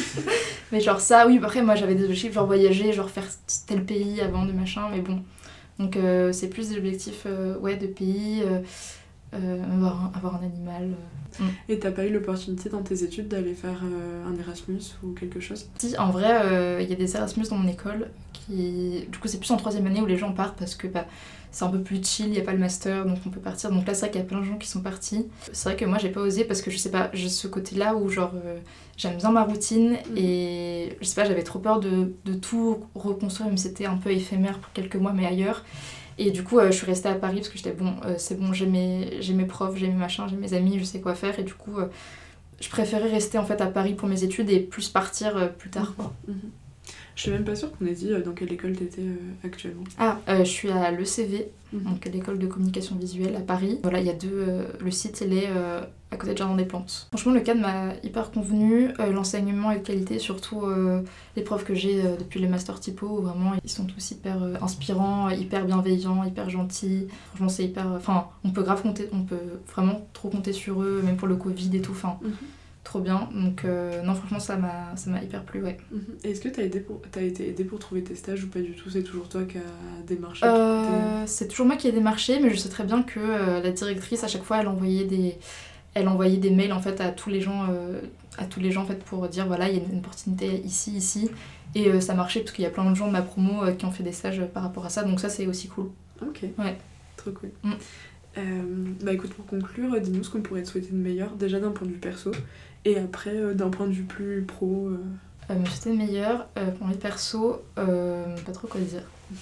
Mais genre ça, oui, après, moi j'avais des objectifs, genre voyager, genre faire tel pays avant de machin, mais bon. Donc euh, c'est plus des objectifs, euh, ouais, de pays, euh, euh, avoir, un, avoir un animal. Euh. Mm. Et t'as pas eu l'opportunité dans tes études d'aller faire euh, un Erasmus ou quelque chose? Si, en vrai, il euh, y a des Erasmus dans mon école. Qui... Du coup, c'est plus en troisième année où les gens partent parce que bah, c'est un peu plus chill, il n'y a pas le master, donc on peut partir. Donc là, c'est vrai qu'il y a plein de gens qui sont partis. C'est vrai que moi, j'ai pas osé parce que je sais pas, j'ai ce côté-là où genre euh, j'aime bien ma routine mmh. et je sais pas, j'avais trop peur de, de tout reconstruire, même si c'était un peu éphémère pour quelques mois, mais ailleurs. Et du coup, euh, je suis restée à Paris parce que j'étais bon, euh, c'est bon, j'ai mes, j'ai mes profs, j'ai mes machins, j'ai mes amis, je sais quoi faire. Et du coup, euh, je préférais rester en fait à Paris pour mes études et plus partir euh, plus tard, quoi. Mmh. Je suis même pas sûre qu'on ait dit dans quelle école t'étais euh, actuellement. Ah, euh, je suis à l'E C V, mmh. donc l'école de communication visuelle à Paris. Voilà, il y a deux... Euh, le site, il est euh, à côté de Jardin des Plantes. Franchement, le cadre m'a hyper convenu. Euh, l'enseignement est de qualité, surtout euh, les profs que j'ai euh, depuis les masters typo, où vraiment, ils sont tous hyper euh, inspirants, hyper bienveillants, hyper gentils. Franchement, c'est hyper... Enfin, on peut grave compter, on peut vraiment trop compter sur eux, même pour le Covid et tout. Enfin, mmh. Trop bien, donc euh, non franchement ça m'a, ça m'a hyper plu, ouais. Mmh. Et est-ce que t'as, aidé pour, t'as été aidée pour trouver tes stages ou pas du tout? C'est toujours toi qui as démarché? euh, C'est toujours moi qui ai démarché, mais je sais très bien que euh, la directrice à chaque fois elle envoyait des, elle envoyait des mails en fait à tous les gens, euh, à tous les gens en fait pour dire voilà il y a une opportunité ici, ici, et euh, ça marchait parce qu'il y a plein de gens de ma promo euh, qui ont fait des stages par rapport à ça, donc ça c'est aussi cool. Ok, ouais. Trop cool. Mmh. Euh, bah écoute, pour conclure, dis-nous ce qu'on pourrait te souhaiter de meilleur, déjà d'un point de vue perso, et après euh, d'un point de vue plus pro. Euh... Euh, me souhaiter de meilleur, euh, pour mes perso, euh, pas trop quoi dire.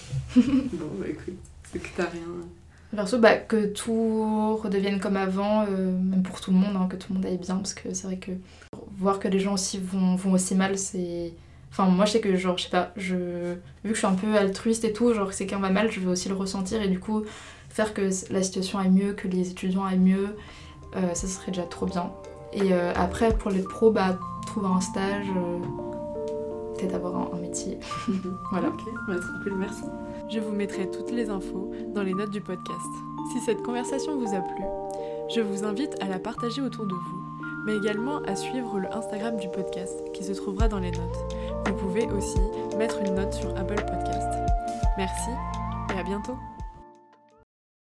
Bon bah écoute, c'est que t'as rien. Perso, bah, que tout redevienne comme avant, euh, même pour tout le monde, hein, que tout le monde aille bien, parce que c'est vrai que voir que les gens aussi vont, vont aussi mal, c'est... Enfin, moi je sais que genre, je sais pas, je... vu que je suis un peu altruiste et tout, genre que c'est quelqu'un va mal, je veux aussi le ressentir, et du coup, faire que la situation aille mieux, que les étudiants aillent mieux, euh, ça serait déjà trop bien. Et euh, après, pour les pros, bah, trouver un stage, euh, peut-être avoir un, un métier. Voilà. Ok, bah, trop cool, merci. Je vous mettrai toutes les infos dans les notes du podcast. Si cette conversation vous a plu, je vous invite à la partager autour de vous, mais également à suivre le Instagram du podcast qui se trouvera dans les notes. Vous pouvez aussi mettre une note sur Apple Podcast. Merci et à bientôt.